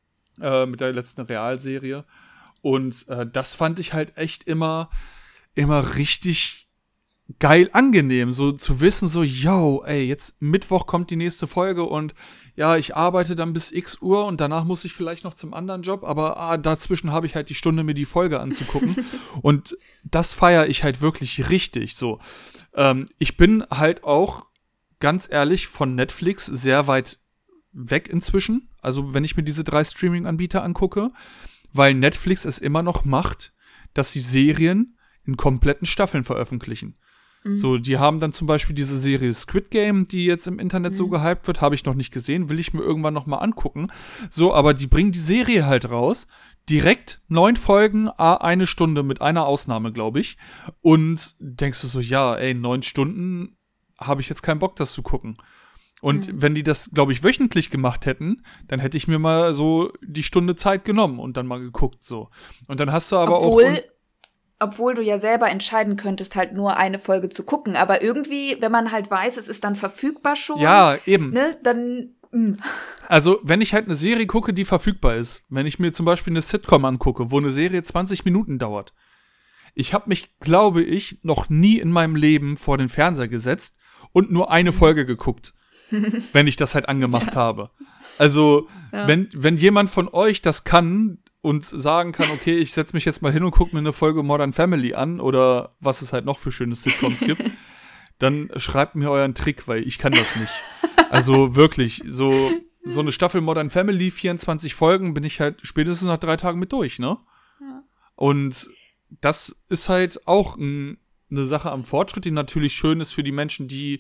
äh, mit der letzten Realserie. Und äh, das fand ich halt echt immer, immer richtig geil angenehm, so zu wissen, so, yo, ey, jetzt Mittwoch kommt die nächste Folge und ja, ich arbeite dann bis x Uhr und danach muss ich vielleicht noch zum anderen Job, aber ah, dazwischen habe ich halt die Stunde, mir die Folge anzugucken. Und das feiere ich halt wirklich richtig, so. Ähm, ich bin halt auch, ganz ehrlich, von Netflix sehr weit weg inzwischen, also wenn ich mir diese drei Streaming-Anbieter angucke, weil Netflix es immer noch macht, dass sie Serien in kompletten Staffeln veröffentlichen. Mhm. So, die haben dann zum Beispiel diese Serie Squid Game, die jetzt im Internet mhm. so gehypt wird, habe ich noch nicht gesehen, will ich mir irgendwann noch mal angucken. So, aber die bringen die Serie halt raus, direkt neun Folgen, a eine Stunde mit einer Ausnahme, glaube ich. Und denkst du so, ja, ey, neun Stunden habe ich jetzt keinen Bock, das zu gucken. Und mhm. wenn die das, glaube ich, wöchentlich gemacht hätten, dann hätte ich mir mal so die Stunde Zeit genommen und dann mal geguckt, so. Und dann hast du aber Obwohl auch Obwohl du ja selber entscheiden könntest, halt nur eine Folge zu gucken. Aber irgendwie, wenn man halt weiß, es ist dann verfügbar schon. Ja, eben. Ne, dann. Mh. Also, wenn ich halt eine Serie gucke, die verfügbar ist, wenn ich mir zum Beispiel eine Sitcom angucke, wo eine Serie zwanzig Minuten dauert. Ich habe mich, glaube ich, noch nie in meinem Leben vor den Fernseher gesetzt und nur eine Folge geguckt, wenn ich das halt angemacht ja. habe. Also, ja. wenn, wenn jemand von euch das kann und sagen kann, okay, ich setze mich jetzt mal hin und gucke mir eine Folge Modern Family an oder was es halt noch für schöne Sitcoms gibt, dann schreibt mir euren Trick, weil ich kann das nicht. Also wirklich, so, so eine Staffel Modern Family, vierundzwanzig Folgen, bin ich halt spätestens nach drei Tagen mit durch, ne? Ja. Und das ist halt auch ein, eine Sache am Fortschritt, die natürlich schön ist für die Menschen, die,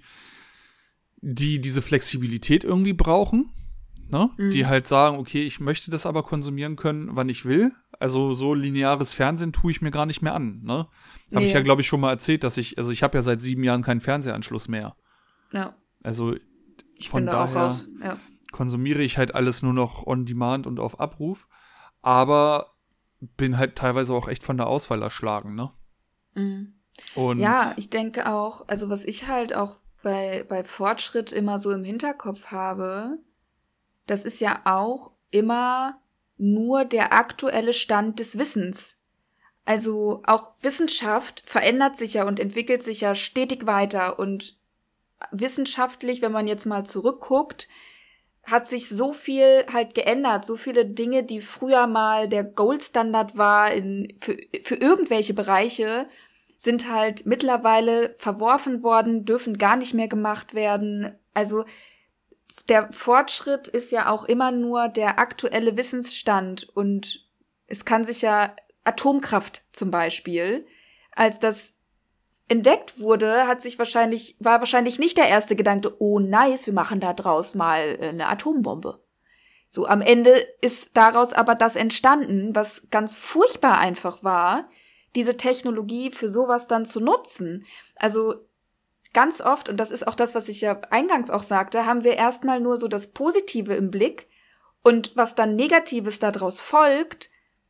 die diese Flexibilität irgendwie brauchen. Ne? Mhm. Die halt sagen, okay, ich möchte das aber konsumieren können, wann ich will. Also so lineares Fernsehen tue ich mir gar nicht mehr an. Ne? Habe nee. ich ja, glaube ich, schon mal erzählt, dass ich, also ich habe ja seit sieben Jahren keinen Fernsehanschluss mehr. Ja. Also ich von bin da daher auch raus. Ja. konsumiere ich halt alles nur noch on demand und auf Abruf. Aber bin halt teilweise auch echt von der Auswahl erschlagen, ne? Mhm. Und ja, ich denke auch, also was ich halt auch bei, bei Fortschritt immer so im Hinterkopf habe, das ist ja auch immer nur der aktuelle Stand des Wissens. Also auch Wissenschaft verändert sich ja und entwickelt sich ja stetig weiter. Und wissenschaftlich, wenn man jetzt mal zurückguckt, hat sich so viel halt geändert. So viele Dinge, die früher mal der Goldstandard war in, für, für irgendwelche Bereiche, sind halt mittlerweile verworfen worden, dürfen gar nicht mehr gemacht werden. Also der Fortschritt ist ja auch immer nur der aktuelle Wissensstand und es kann sich ja Atomkraft zum Beispiel, als das entdeckt wurde, hat sich wahrscheinlich, war wahrscheinlich nicht der erste Gedanke, oh nice, wir machen da draus mal eine Atombombe. So, am Ende ist daraus aber das entstanden, was ganz furchtbar einfach war, diese Technologie für sowas dann zu nutzen. Also ganz oft, und das ist auch das, was ich ja eingangs auch sagte, haben wir erstmal nur so das Positive im Blick und was dann Negatives daraus folgt,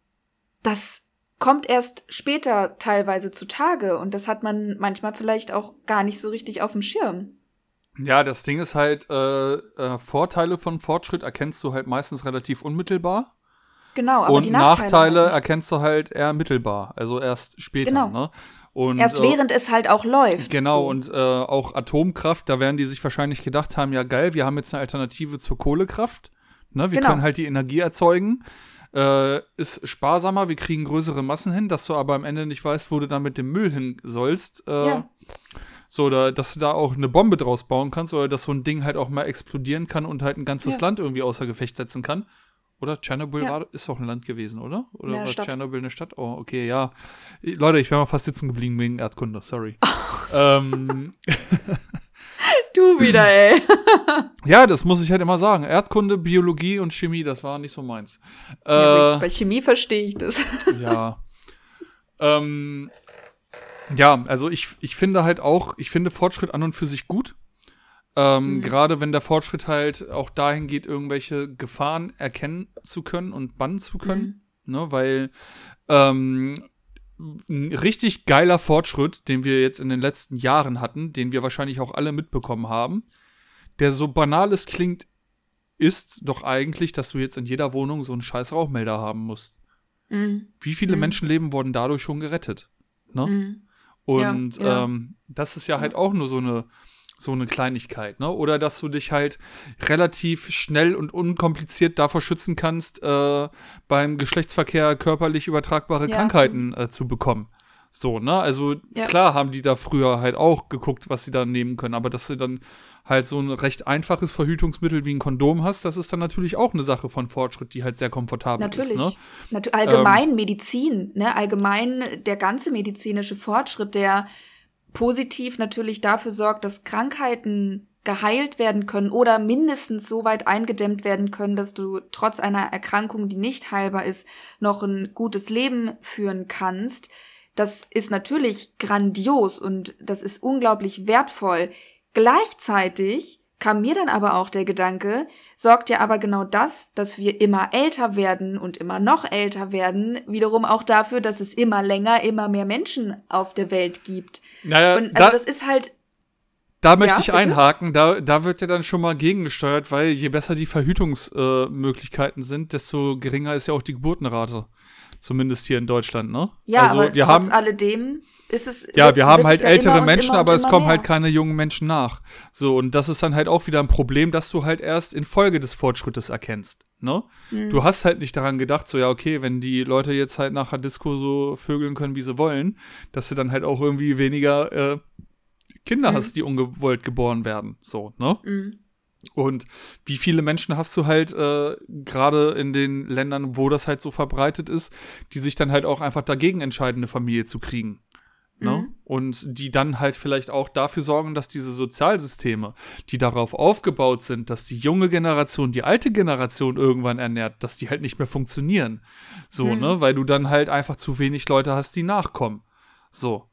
das kommt erst später teilweise zutage und das hat man manchmal vielleicht auch gar nicht so richtig auf dem Schirm. Ja, das Ding ist halt, äh, äh, Vorteile von Fortschritt erkennst du halt meistens relativ unmittelbar. Genau, aber und die Nachteile, Nachteile halt erkennst du halt eher mittelbar, also erst später, genau. ne? Und, erst äh, während es halt auch läuft. Genau, so. und äh, auch Atomkraft, da werden die sich wahrscheinlich gedacht haben, ja geil, wir haben jetzt eine Alternative zur Kohlekraft. Ne? Wir genau. können halt die Energie erzeugen. Äh, ist sparsamer, wir kriegen größere Massen hin, dass du aber am Ende nicht weißt, wo du dann mit dem Müll hin sollst. Äh, ja. So, da, dass du da auch eine Bombe draus bauen kannst oder dass so ein Ding halt auch mal explodieren kann und halt ein ganzes ja. Land irgendwie außer Gefecht setzen kann. Oder? Tschernobyl ja. war, ist doch ein Land gewesen, oder? Oder ja, war Stadt. Tschernobyl eine Stadt? Oh, okay, ja. Leute, ich wäre mal fast sitzen geblieben wegen Erdkunde, sorry. ähm, du wieder, ey. Ja, das muss ich halt immer sagen. Erdkunde, Biologie und Chemie, das war nicht so meins. Äh, ja, bei Chemie verstehe ich das. ja. Ähm, ja, also ich, ich finde halt auch, ich finde Fortschritt an und für sich gut. Ähm, Mhm. Gerade wenn der Fortschritt halt auch dahin geht, irgendwelche Gefahren erkennen zu können und bannen zu können. Mhm. Ne? Weil ähm, ein richtig geiler Fortschritt, den wir jetzt in den letzten Jahren hatten, den wir wahrscheinlich auch alle mitbekommen haben, der so banal es klingt, ist doch eigentlich, dass du jetzt in jeder Wohnung so einen scheiß Rauchmelder haben musst. Mhm. Wie viele Mhm. Menschenleben wurden dadurch schon gerettet? Ne? Mhm. Und Ja, ja. ähm, das ist ja halt auch nur so eine, so eine Kleinigkeit, ne? Oder dass du dich halt relativ schnell und unkompliziert davor schützen kannst, äh, beim Geschlechtsverkehr körperlich übertragbare Ja. Krankheiten äh, zu bekommen. So, ne? Also Ja. klar haben die da früher halt auch geguckt, was sie da nehmen können, aber dass du dann halt so ein recht einfaches Verhütungsmittel wie ein Kondom hast, das ist dann natürlich auch eine Sache von Fortschritt, die halt sehr komfortabel Natürlich. ist, ne? Natu- allgemein Medizin, ne? Allgemein der ganze medizinische Fortschritt, der positiv natürlich dafür sorgt, dass Krankheiten geheilt werden können oder mindestens so weit eingedämmt werden können, dass du trotz einer Erkrankung, die nicht heilbar ist, noch ein gutes Leben führen kannst. Das ist natürlich grandios und das ist unglaublich wertvoll. Gleichzeitig kam mir dann aber auch der Gedanke, sorgt ja aber genau das, dass wir immer älter werden und immer noch älter werden, wiederum auch dafür, dass es immer länger, immer mehr Menschen auf der Welt gibt. Naja, Und also da, das ist halt, da möchte Ja, ich bitte? einhaken, da, da wird ja dann schon mal gegengesteuert, weil je besser die Verhütungsmöglichkeiten äh, Möglichkeiten sind, desto geringer ist ja auch die Geburtenrate. Zumindest hier in Deutschland, ne? ja, also, aber wir trotz haben, alledem ist es. Ja, wird, wir haben wird halt es ja ältere immer und Menschen, immer und aber es immer kommen mehr. halt keine jungen Menschen nach. So, und das ist dann halt auch wieder ein Problem, dass du halt erst in Folge des Fortschrittes erkennst, ne? Mhm. Du hast halt nicht daran gedacht, so, ja, okay, wenn die Leute jetzt halt nach der Disco so vögeln können, wie sie wollen, dass du dann halt auch irgendwie weniger äh, Kinder Mhm. hast, die ungewollt geboren werden, so, ne? Mhm. Und wie viele Menschen hast du halt äh, gerade in den Ländern, wo das halt so verbreitet ist, die sich dann halt auch einfach dagegen entscheiden, eine Familie zu kriegen. Ne? Mhm. Und die dann halt vielleicht auch dafür sorgen, dass diese Sozialsysteme, die darauf aufgebaut sind, dass die junge Generation die alte Generation irgendwann ernährt, dass die halt nicht mehr funktionieren. So, Mhm. ne? Weil du dann halt einfach zu wenig Leute hast, die nachkommen. So.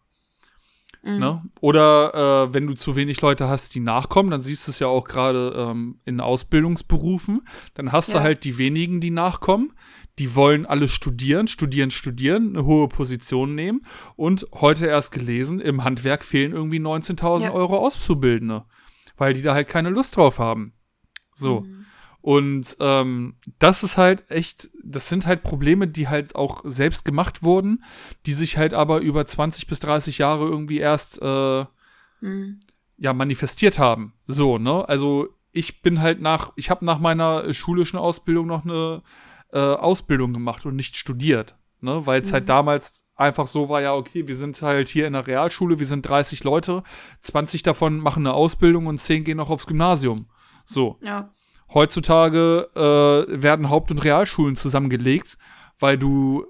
Mhm. Ne? Oder äh, wenn du zu wenig Leute hast, die nachkommen, dann siehst du es ja auch gerade ähm, in Ausbildungsberufen, dann hast Ja. du halt die wenigen, die nachkommen, die wollen alle studieren, studieren, studieren, eine hohe Position nehmen und heute erst gelesen, im Handwerk fehlen irgendwie neunzehntausend Ja. Euro Auszubildende, weil die da halt keine Lust drauf haben. So. Mhm. Und ähm, das ist halt echt, das sind halt Probleme, die halt auch selbst gemacht wurden, die sich halt aber über zwanzig bis dreißig Jahre irgendwie erst äh, Mhm. ja manifestiert haben. So, ne? Also ich bin halt nach, ich habe nach meiner schulischen Ausbildung noch eine äh, Ausbildung gemacht und nicht studiert, ne? Weil es Mhm. halt damals einfach so war, ja, okay, wir sind halt hier in der Realschule, wir sind dreißig Leute, zwanzig davon machen eine Ausbildung und zehn gehen noch aufs Gymnasium. So. Ja. Heutzutage äh, werden Haupt- und Realschulen zusammengelegt, weil du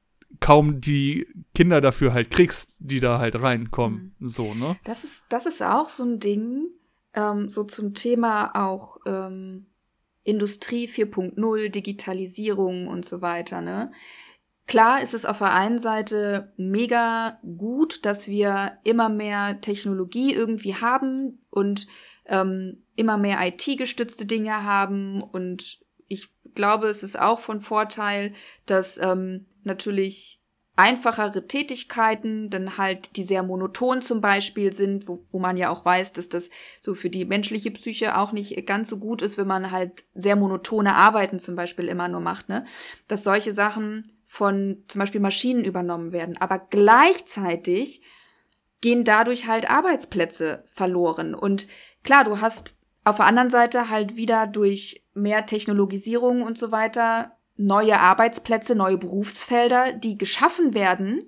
kaum die Kinder dafür halt kriegst, die da halt reinkommen. So, ne? Das ist, das ist auch so ein Ding, ähm, so zum Thema auch ähm, Industrie vier Punkt null, Digitalisierung und so weiter, ne? Klar ist es auf der einen Seite mega gut, dass wir immer mehr Technologie irgendwie haben und ähm, immer mehr I T-gestützte Dinge haben. Und ich glaube, es ist auch von Vorteil, dass ähm, natürlich einfachere Tätigkeiten dann halt, die sehr monoton zum Beispiel sind, wo, wo man ja auch weiß, dass das so für die menschliche Psyche auch nicht ganz so gut ist, wenn man halt sehr monotone Arbeiten zum Beispiel immer nur macht, ne? Dass solche Sachen von zum Beispiel Maschinen übernommen werden. Aber gleichzeitig gehen dadurch halt Arbeitsplätze verloren. Und klar, du hast auf der anderen Seite halt wieder durch mehr Technologisierung und so weiter neue Arbeitsplätze, neue Berufsfelder, die geschaffen werden.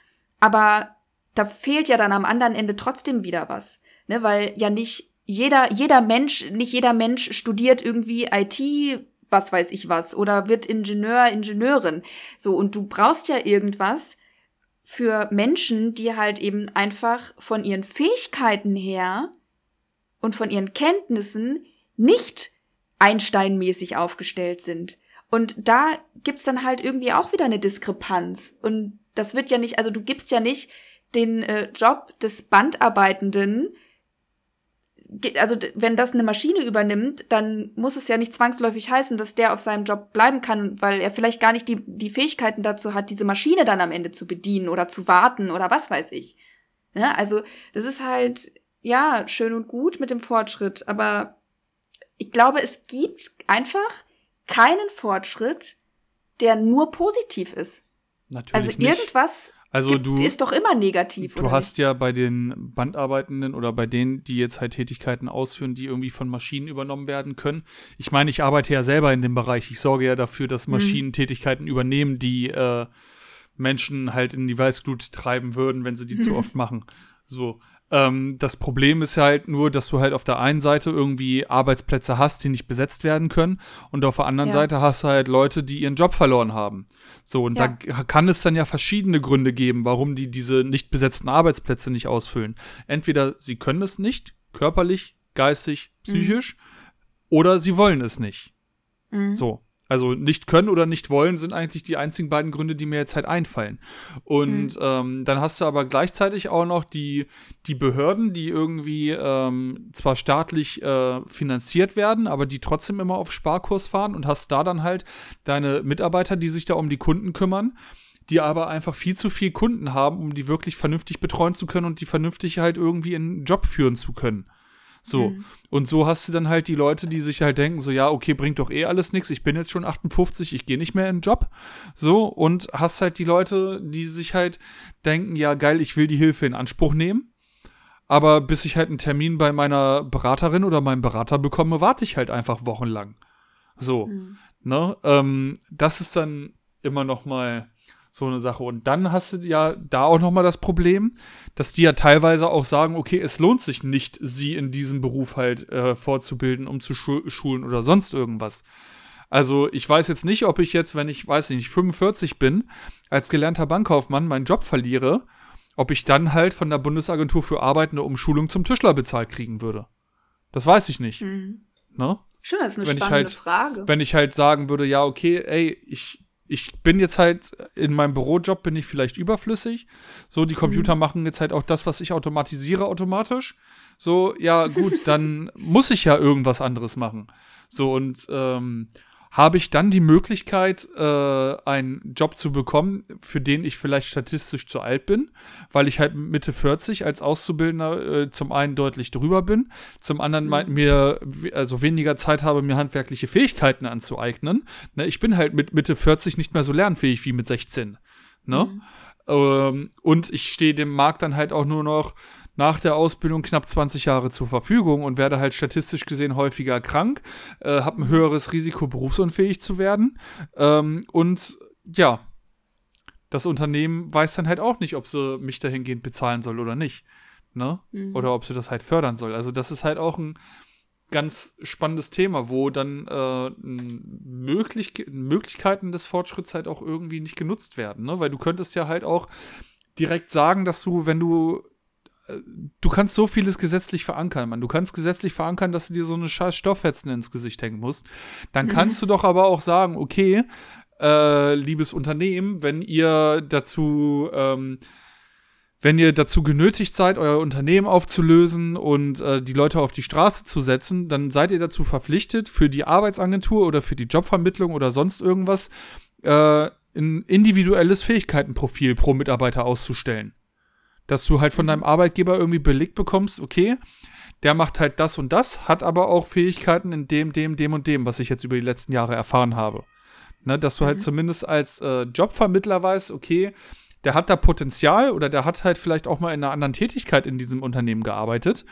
Aber da fehlt ja dann am anderen Ende trotzdem wieder was, ne? Weil ja nicht jeder, jeder Mensch, nicht jeder Mensch studiert irgendwie I T, was weiß ich was, oder wird Ingenieur, Ingenieurin. So, und du brauchst ja irgendwas für Menschen, die halt eben einfach von ihren Fähigkeiten her und von ihren Kenntnissen nicht Einstein-mäßig aufgestellt sind. Und da gibt's dann halt irgendwie auch wieder eine Diskrepanz. Und das wird ja nicht, also du gibst ja nicht den äh, Job des Bandarbeitenden also wenn das eine Maschine übernimmt, dann muss es ja nicht zwangsläufig heißen, dass der auf seinem Job bleiben kann, weil er vielleicht gar nicht die, die Fähigkeiten dazu hat, diese Maschine dann am Ende zu bedienen oder zu warten oder was weiß ich. Ja, also das ist halt, ja, schön und gut mit dem Fortschritt, aber ich glaube, es gibt einfach keinen Fortschritt, der nur positiv ist. Natürlich also nicht. irgendwas Also gibt, du, ist doch immer negativ, du oder hast nicht? ja bei den Bandarbeitenden oder bei denen, die jetzt halt Tätigkeiten ausführen, die irgendwie von Maschinen übernommen werden können. Ich meine, ich arbeite ja selber in dem Bereich. Ich sorge ja dafür, dass Maschinen Tätigkeiten übernehmen, die äh, Menschen halt in die Weißglut treiben würden, wenn sie die zu oft machen. So. Ähm, das Problem ist halt nur, dass du halt auf der einen Seite irgendwie Arbeitsplätze hast, die nicht besetzt werden können, und auf der anderen Ja. Seite hast du halt Leute, die ihren Job verloren haben. So, und Ja. da g- kann es dann ja verschiedene Gründe geben, warum die diese nicht besetzten Arbeitsplätze nicht ausfüllen. Entweder sie können es nicht, körperlich, geistig, psychisch, oder sie wollen es nicht. Mhm. So. Also nicht können oder nicht wollen sind eigentlich die einzigen beiden Gründe, die mir jetzt halt einfallen. Und Mhm. ähm, dann hast du aber gleichzeitig auch noch die, die Behörden, die irgendwie ähm, zwar staatlich äh, finanziert werden, aber die trotzdem immer auf Sparkurs fahren, und hast da dann halt deine Mitarbeiter, die sich da um die Kunden kümmern, die aber einfach viel zu viel Kunden haben, um die wirklich vernünftig betreuen zu können und die vernünftig halt irgendwie in einen Job führen zu können. So. Mhm. Und so hast du dann halt die Leute, die sich halt denken, so, ja, okay, bringt doch eh alles nichts, ich bin jetzt schon achtundfünfzig, ich gehe nicht mehr in den Job. So, und hast halt die Leute, die sich halt denken, ja, geil, ich will die Hilfe in Anspruch nehmen, aber bis ich halt einen Termin bei meiner Beraterin oder meinem Berater bekomme, warte ich halt einfach wochenlang. So, Mhm. ne, ähm, das ist dann immer noch mal so eine Sache. Und dann hast du ja da auch noch mal das Problem, dass die ja teilweise auch sagen, okay, es lohnt sich nicht, sie in diesem Beruf halt äh, fortzubilden, um zu schu- schulen oder sonst irgendwas. Also ich weiß jetzt nicht, ob ich jetzt, wenn ich, weiß nicht, fünfundvierzig bin, als gelernter Bankkaufmann meinen Job verliere, ob ich dann halt von der Bundesagentur für Arbeit eine Umschulung zum Tischler bezahlt kriegen würde. Das weiß ich nicht. Mhm. Ne? Schön, das ist eine Wenn ich spannende halt- Frage. Wenn ich halt sagen würde, ja, okay, ey, ich, ich bin jetzt halt, in meinem Bürojob bin ich vielleicht überflüssig. So, die Computer machen jetzt halt auch das, was ich automatisiere, automatisch. So, ja, gut, dann muss ich ja irgendwas anderes machen. So, und ähm, habe ich dann die Möglichkeit, äh, einen Job zu bekommen, für den ich vielleicht statistisch zu alt bin, weil ich halt Mitte vierzig als Auszubildender äh, zum einen deutlich drüber bin, zum anderen Mhm. meint mir, we- also weniger Zeit habe, mir handwerkliche Fähigkeiten anzueignen. Ne, ich bin halt mit Mitte vierzig nicht mehr so lernfähig wie mit sechzehn. Ne? Mhm. Ähm, und ich stehe dem Markt dann halt auch nur noch nach der Ausbildung knapp zwanzig Jahre zur Verfügung und werde halt statistisch gesehen häufiger krank, äh, habe ein höheres Risiko, berufsunfähig zu werden. Ähm, und ja, das Unternehmen weiß dann halt auch nicht, ob sie mich dahingehend bezahlen soll oder nicht. Ne? Mhm. Oder ob sie das halt fördern soll. Also das ist halt auch ein ganz spannendes Thema, wo dann äh, n- möglich Möglichkeiten des Fortschritts halt auch irgendwie nicht genutzt werden, ne? Weil du könntest ja halt auch direkt sagen, dass du, wenn du äh, du kannst so vieles gesetzlich verankern, Mann. Du kannst gesetzlich verankern, dass du dir so eine scheiß Stoffhetzen ins Gesicht hängen musst. Dann Mhm. kannst du doch aber auch sagen, okay, äh, liebes Unternehmen, wenn ihr dazu ähm, wenn ihr dazu genötigt seid, euer Unternehmen aufzulösen und äh, die Leute auf die Straße zu setzen, dann seid ihr dazu verpflichtet, für die Arbeitsagentur oder für die Jobvermittlung oder sonst irgendwas äh, ein individuelles Fähigkeitenprofil pro Mitarbeiter auszustellen. Dass du halt von deinem Arbeitgeber irgendwie belegt bekommst, okay, der macht halt das und das, hat aber auch Fähigkeiten in dem, dem, dem und dem, was ich jetzt über die letzten Jahre erfahren habe. Ne, dass du halt Mhm. zumindest als äh, Jobvermittler weißt, okay, der hat da Potenzial oder der hat halt vielleicht auch mal in einer anderen Tätigkeit in diesem Unternehmen gearbeitet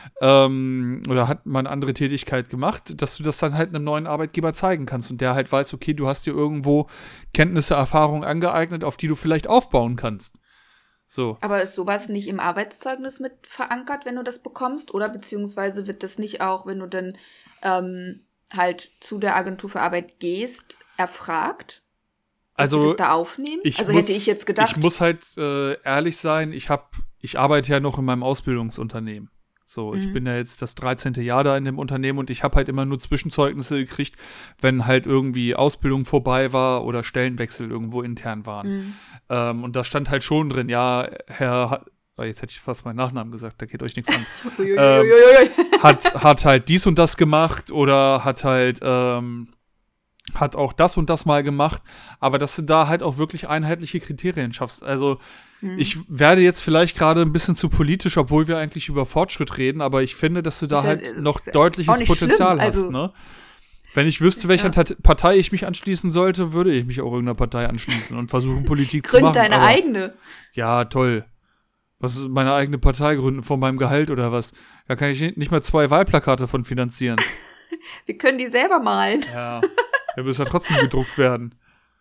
ähm, oder hat mal eine andere Tätigkeit gemacht, dass du das dann halt einem neuen Arbeitgeber zeigen kannst und der halt weiß, okay, du hast dir irgendwo Kenntnisse, Erfahrungen angeeignet, auf die du vielleicht aufbauen kannst. So. Aber ist sowas nicht im Arbeitszeugnis mit verankert, wenn du das bekommst? Oder beziehungsweise wird das nicht auch, wenn du dann ähm, halt zu der Agentur für Arbeit gehst, erfragt? Dass Also die das da aufnehmen? Ich also muss, hätte ich jetzt gedacht. Ich muss halt äh, ehrlich sein, ich hab, ich arbeite ja noch in meinem Ausbildungsunternehmen. So, ich Mhm. bin ja jetzt das dreizehnte Jahr da in dem Unternehmen und ich habe halt immer nur Zwischenzeugnisse gekriegt, wenn halt irgendwie Ausbildung vorbei war oder Stellenwechsel irgendwo intern waren. Mhm. Ähm, und da stand halt schon drin, ja, Herr oh, jetzt hätte ich fast meinen Nachnamen gesagt, da geht euch nichts an, Uiuiuiui. ähm, hat, hat halt dies und das gemacht oder hat halt, ähm, hat auch das und das mal gemacht, aber dass du da halt auch wirklich einheitliche Kriterien schaffst. Also hm. ich werde jetzt vielleicht gerade ein bisschen zu politisch, obwohl wir eigentlich über Fortschritt reden, aber ich finde, dass du da ist halt ja, noch ja deutliches Potenzial schlimm. hast, also, ne? Wenn ich wüsste, welcher ja. Tat- Partei ich mich anschließen sollte, würde ich mich auch irgendeiner Partei anschließen und versuchen, Politik zu machen. Gründ deine aber, eigene. Ja, toll. Was ist meine eigene Partei gründen von meinem Gehalt oder was? Da kann ich nicht mal zwei Wahlplakate von finanzieren. Wir können die selber malen. Ja, der muss ja trotzdem gedruckt werden.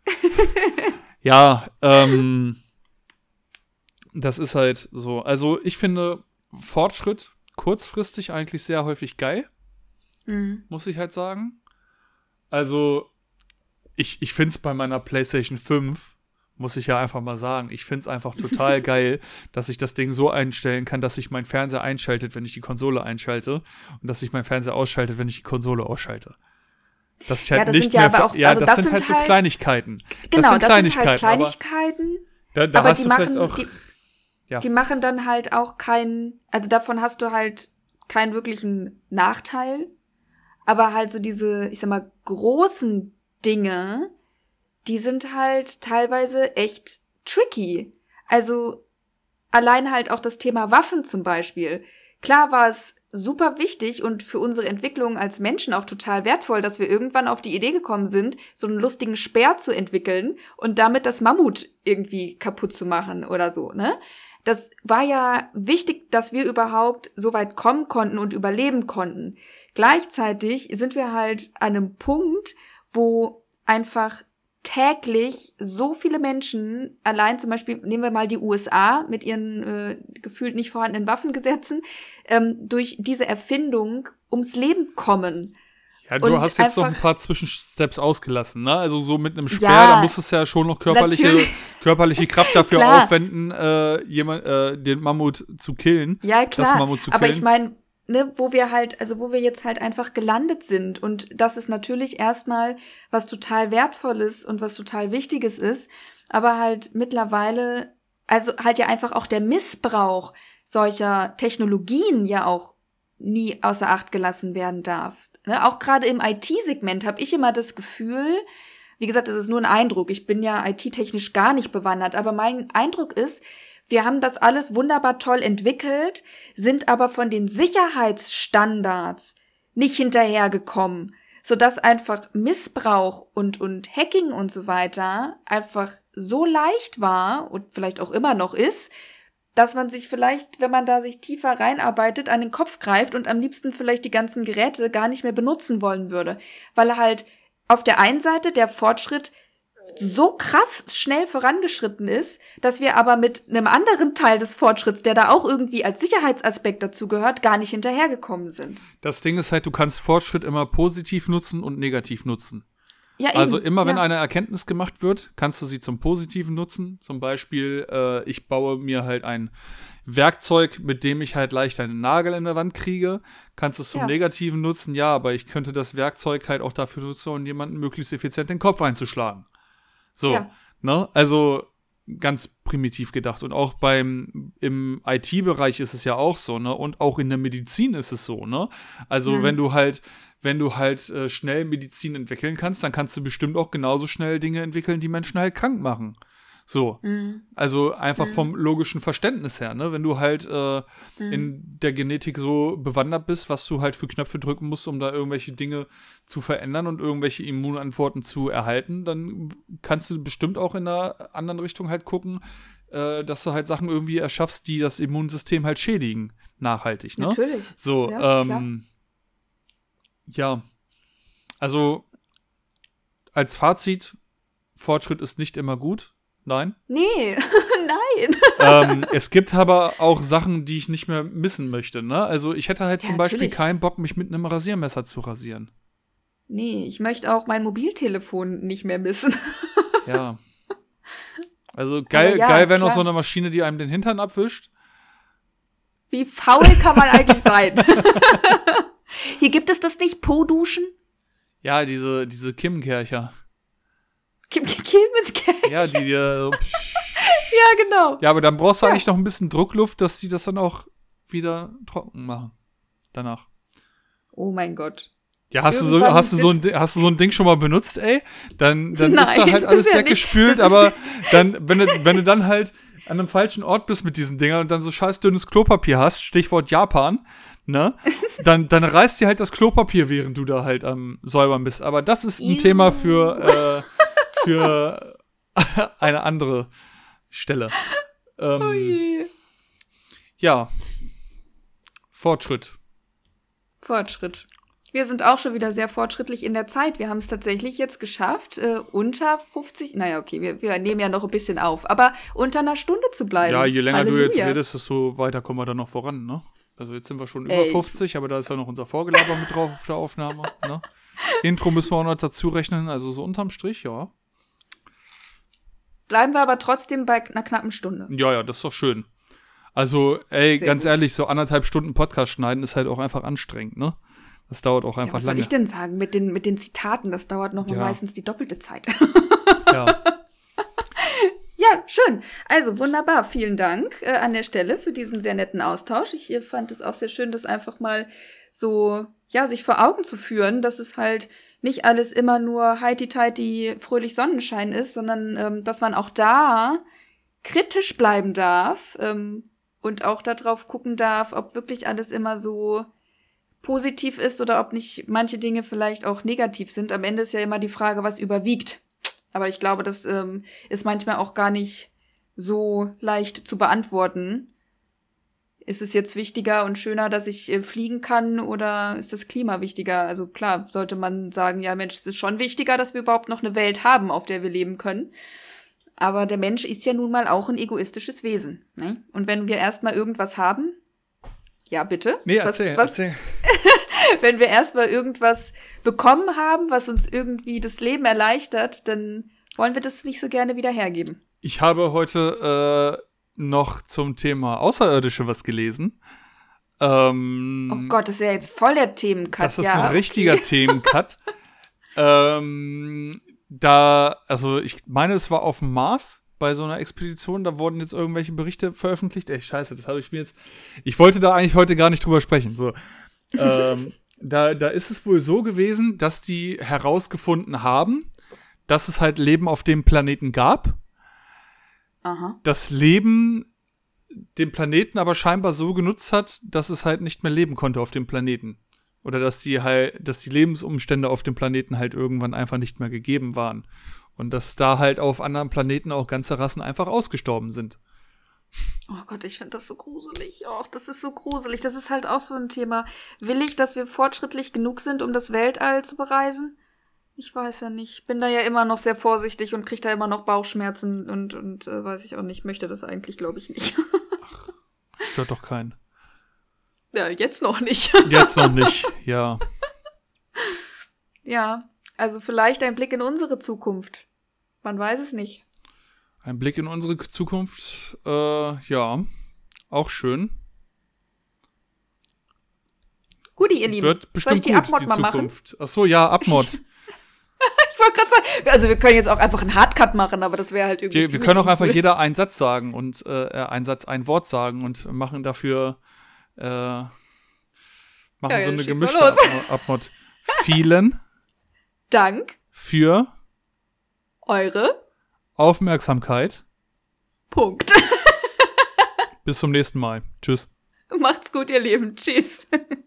Ja, ähm, das ist halt so. Also ich finde Fortschritt kurzfristig eigentlich sehr häufig geil, mhm. muss ich halt sagen. Also ich, ich finde es bei meiner PlayStation fünf, muss ich ja einfach mal sagen, ich finde es einfach total geil, dass ich das Ding so einstellen kann, dass sich mein Fernseher einschaltet, wenn ich die Konsole einschalte und dass sich mein Fernseher ausschaltet, wenn ich die Konsole ausschalte. Dass ich halt ja, das nicht sind ja mehr aber ver- auch, ja, also das, das sind sind halt so halt, Kleinigkeiten. Genau, das sind das Kleinigkeiten. sind halt Kleinigkeiten, da, da aber hast die du machen, vielleicht auch, die, ja. die machen dann halt auch keinen, also davon hast du halt keinen wirklichen Nachteil, aber halt so diese, ich sag mal, großen Dinge, die sind halt teilweise echt tricky. Also allein halt auch das Thema Waffen zum Beispiel. Klar war es super wichtig und für unsere Entwicklung als Menschen auch total wertvoll, dass wir irgendwann auf die Idee gekommen sind, so einen lustigen Speer zu entwickeln und damit das Mammut irgendwie kaputt zu machen oder so, ne? Das war ja wichtig, dass wir überhaupt so weit kommen konnten und überleben konnten. Gleichzeitig sind wir halt an einem Punkt, wo einfach täglich so viele Menschen, allein zum Beispiel, nehmen wir mal die U S A mit ihren äh, gefühlt nicht vorhandenen Waffengesetzen, ähm, durch diese Erfindung ums Leben kommen. Ja, du und hast jetzt noch ein paar Zwischensteps ausgelassen, ne? Also so mit einem Speer, ja, da musstest du ja schon noch körperliche, körperliche Kraft dafür aufwenden, äh, jemand, äh, den Mammut zu killen. Ja, klar, das Mammut zu killen. Aber ich meine, ne, wo wir halt, also wo wir jetzt halt einfach gelandet sind und das ist natürlich erstmal was total Wertvolles und was total Wichtiges ist, aber halt mittlerweile, also halt ja einfach auch der Missbrauch solcher Technologien ja auch nie außer Acht gelassen werden darf. Ne, auch gerade im I T-Segment habe ich immer das Gefühl, wie gesagt, das ist nur ein Eindruck, ich bin ja I T-technisch gar nicht bewandert, aber mein Eindruck ist, wir haben das alles wunderbar toll entwickelt, sind aber von den Sicherheitsstandards nicht hinterhergekommen, sodass einfach Missbrauch und, und Hacking und so weiter einfach so leicht war und vielleicht auch immer noch ist, dass man sich vielleicht, wenn man da sich tiefer reinarbeitet, an den Kopf greift und am liebsten vielleicht die ganzen Geräte gar nicht mehr benutzen wollen würde. Weil halt auf der einen Seite der Fortschritt so krass schnell vorangeschritten ist, dass wir aber mit einem anderen Teil des Fortschritts, der da auch irgendwie als Sicherheitsaspekt dazu gehört, gar nicht hinterhergekommen sind. Das Ding ist halt, du kannst Fortschritt immer positiv nutzen und negativ nutzen. Ja, eben. Also immer, wenn ja. eine Erkenntnis gemacht wird, kannst du sie zum Positiven nutzen. Zum Beispiel, äh, ich baue mir halt ein Werkzeug, mit dem ich halt leicht einen Nagel in der Wand kriege. Kannst du es zum ja. Negativen nutzen? Ja, aber ich könnte das Werkzeug halt auch dafür nutzen, um jemanden möglichst effizient den Kopf einzuschlagen. So, ja. ne? Also ganz primitiv gedacht. Und auch beim im I T-Bereich ist es ja auch so, ne? Und auch in der Medizin ist es so, ne? Also mhm. wenn du halt wenn du halt äh, schnell Medizin entwickeln kannst, dann kannst du bestimmt auch genauso schnell Dinge entwickeln, die Menschen halt krank machen. So. Mhm. Also einfach mhm. vom logischen Verständnis her, ne? Wenn du halt äh, mhm. in der Genetik so bewandert bist, was du halt für Knöpfe drücken musst, um da irgendwelche Dinge zu verändern und irgendwelche Immunantworten zu erhalten, dann kannst du bestimmt auch in einer anderen Richtung halt gucken, äh, dass du halt Sachen irgendwie erschaffst, die das Immunsystem halt schädigen, nachhaltig, ne? Natürlich. So, ja, ähm, ja, also als Fazit, Fortschritt ist nicht immer gut. Nein? Nee, nein. ähm, es gibt aber auch Sachen, die ich nicht mehr missen möchte, ne? Also ich hätte halt ja, zum Beispiel natürlich. keinen Bock, mich mit einem Rasiermesser zu rasieren. Nee, ich möchte auch mein Mobiltelefon nicht mehr missen. Ja. Also geil, ja, geil wäre noch so eine Maschine, die einem den Hintern abwischt. Wie faul kann man eigentlich sein? Hier gibt es das nicht, Po-Duschen? Ja, diese, diese Kim-Kercher. Kim, Kim mit Kercher? Ja, die dir so Ja, genau. Ja, aber dann brauchst du Ja. eigentlich noch ein bisschen Druckluft, dass die das dann auch wieder trocken machen. Danach. Oh mein Gott. Ja, hast du, so, Irgendwann hast, du so ein, sitzt- Di- hast du so ein Ding schon mal benutzt, ey? Dann, dann ist Nein, da halt alles bisher nicht. weggespült, Das ist- aber dann, wenn du, wenn du dann halt an einem falschen Ort bist mit diesen Dingern und dann so scheiß dünnes Klopapier hast, Stichwort Japan, ne? Dann, dann reißt dir halt das Klopapier, während du da halt am Säubern bist. Aber das ist ein Ew. Thema für, äh, für eine andere Stelle. Ähm, Oh je. ja. Fortschritt. Fortschritt. Wir sind auch schon wieder sehr fortschrittlich in der Zeit. Wir haben es tatsächlich jetzt geschafft, äh, unter fünfzig, naja, okay, wir, wir nehmen ja noch ein bisschen auf, aber unter einer Stunde zu bleiben. Ja, je länger Halleluja. du jetzt redest, desto weiter kommen wir dann noch voran, ne? Also jetzt sind wir schon Ey, über fünfzig, aber da ist ja noch unser Vorgelaber mit drauf auf der Aufnahme, ne? Intro müssen wir auch noch dazu rechnen, also so unterm Strich, ja. Bleiben wir aber trotzdem bei einer knappen Stunde. Ja, ja, das ist doch schön. Also, ey, Sehr ganz gut. ehrlich, so anderthalb Stunden Podcast schneiden ist halt auch einfach anstrengend, ne? Das dauert auch Ja, einfach was soll lange. ich denn sagen mit den, mit den Zitaten? Das dauert noch mal Ja. meistens die doppelte Zeit. Ja. Ja, schön. Also wunderbar. Vielen Dank äh, an der Stelle für diesen sehr netten Austausch. Ich äh, fand es auch sehr schön, das einfach mal so, ja, sich vor Augen zu führen, dass es halt nicht alles immer nur heiti-teiti fröhlich Sonnenschein ist, sondern ähm, dass man auch da kritisch bleiben darf ähm, und auch darauf gucken darf, ob wirklich alles immer so positiv ist oder ob nicht manche Dinge vielleicht auch negativ sind. Am Ende ist ja immer die Frage, was überwiegt. Aber ich glaube, das ähm, ist manchmal auch gar nicht so leicht zu beantworten. Ist es jetzt wichtiger und schöner, dass ich äh, fliegen kann, oder ist das Klima wichtiger? Also klar, sollte man sagen, ja Mensch, es ist schon wichtiger, dass wir überhaupt noch eine Welt haben, auf der wir leben können. Aber der Mensch ist ja nun mal auch ein egoistisches Wesen. Ne? Und wenn wir erstmal irgendwas haben, ja bitte. Nee, was, erzähl, was, erzähl. wenn wir erstmal irgendwas bekommen haben, was uns irgendwie das Leben erleichtert, dann wollen wir das nicht so gerne wieder hergeben. Ich habe heute äh, noch zum Thema Außerirdische was gelesen. Ähm, Oh Gott, das ist ja jetzt voll der Themencut. Das ist ja, ein richtiger okay. Themencut. ähm, da, also ich meine, es war auf dem Mars bei so einer Expedition, da wurden jetzt irgendwelche Berichte veröffentlicht. Ey, scheiße, das habe ich mir jetzt. Ich wollte da eigentlich heute gar nicht drüber sprechen. So. ähm, da, da ist es wohl so gewesen, dass die herausgefunden haben, dass es halt Leben auf dem Planeten gab. Aha. Das Leben den Planeten aber scheinbar so genutzt hat, dass es halt nicht mehr leben konnte auf dem Planeten. Oder dass die halt, dass die Lebensumstände auf dem Planeten halt irgendwann einfach nicht mehr gegeben waren. Und dass da halt auf anderen Planeten auch ganze Rassen einfach ausgestorben sind. Oh Gott, ich finde das so gruselig. Och, das ist so gruselig. Das ist halt auch so ein Thema. Will ich, dass wir fortschrittlich genug sind, um das Weltall zu bereisen? Ich weiß ja nicht. Ich bin da ja immer noch sehr vorsichtig und kriege da immer noch Bauchschmerzen und, und äh, weiß ich auch nicht. Möchte das eigentlich, glaube ich, nicht. Stört doch keinen. Ja, jetzt noch nicht. Jetzt noch nicht, ja. Ja, also vielleicht ein Blick in unsere Zukunft. Man weiß es nicht. Ein Blick in unsere Zukunft, äh, ja, auch schön. Guti, ihr Lieben. Wird Soll ich bestimmt die gut, Abmod die mal machen? Zukunft. Ach so, ja, Abmod. Ich wollte gerade sagen, also wir können jetzt auch einfach einen Hardcut machen, aber das wäre halt irgendwie Wir, wir ziemlich können auch einfach uncool. jeder einen Satz sagen und äh, ein Satz, ein Wort sagen und machen dafür äh, machen Ja, so ja, eine schieß mal gemischte los. Ab- Abmod. Vielen Dank, für eure Aufmerksamkeit. Punkt. Bis zum nächsten Mal. Tschüss. Macht's gut, ihr Lieben. Tschüss.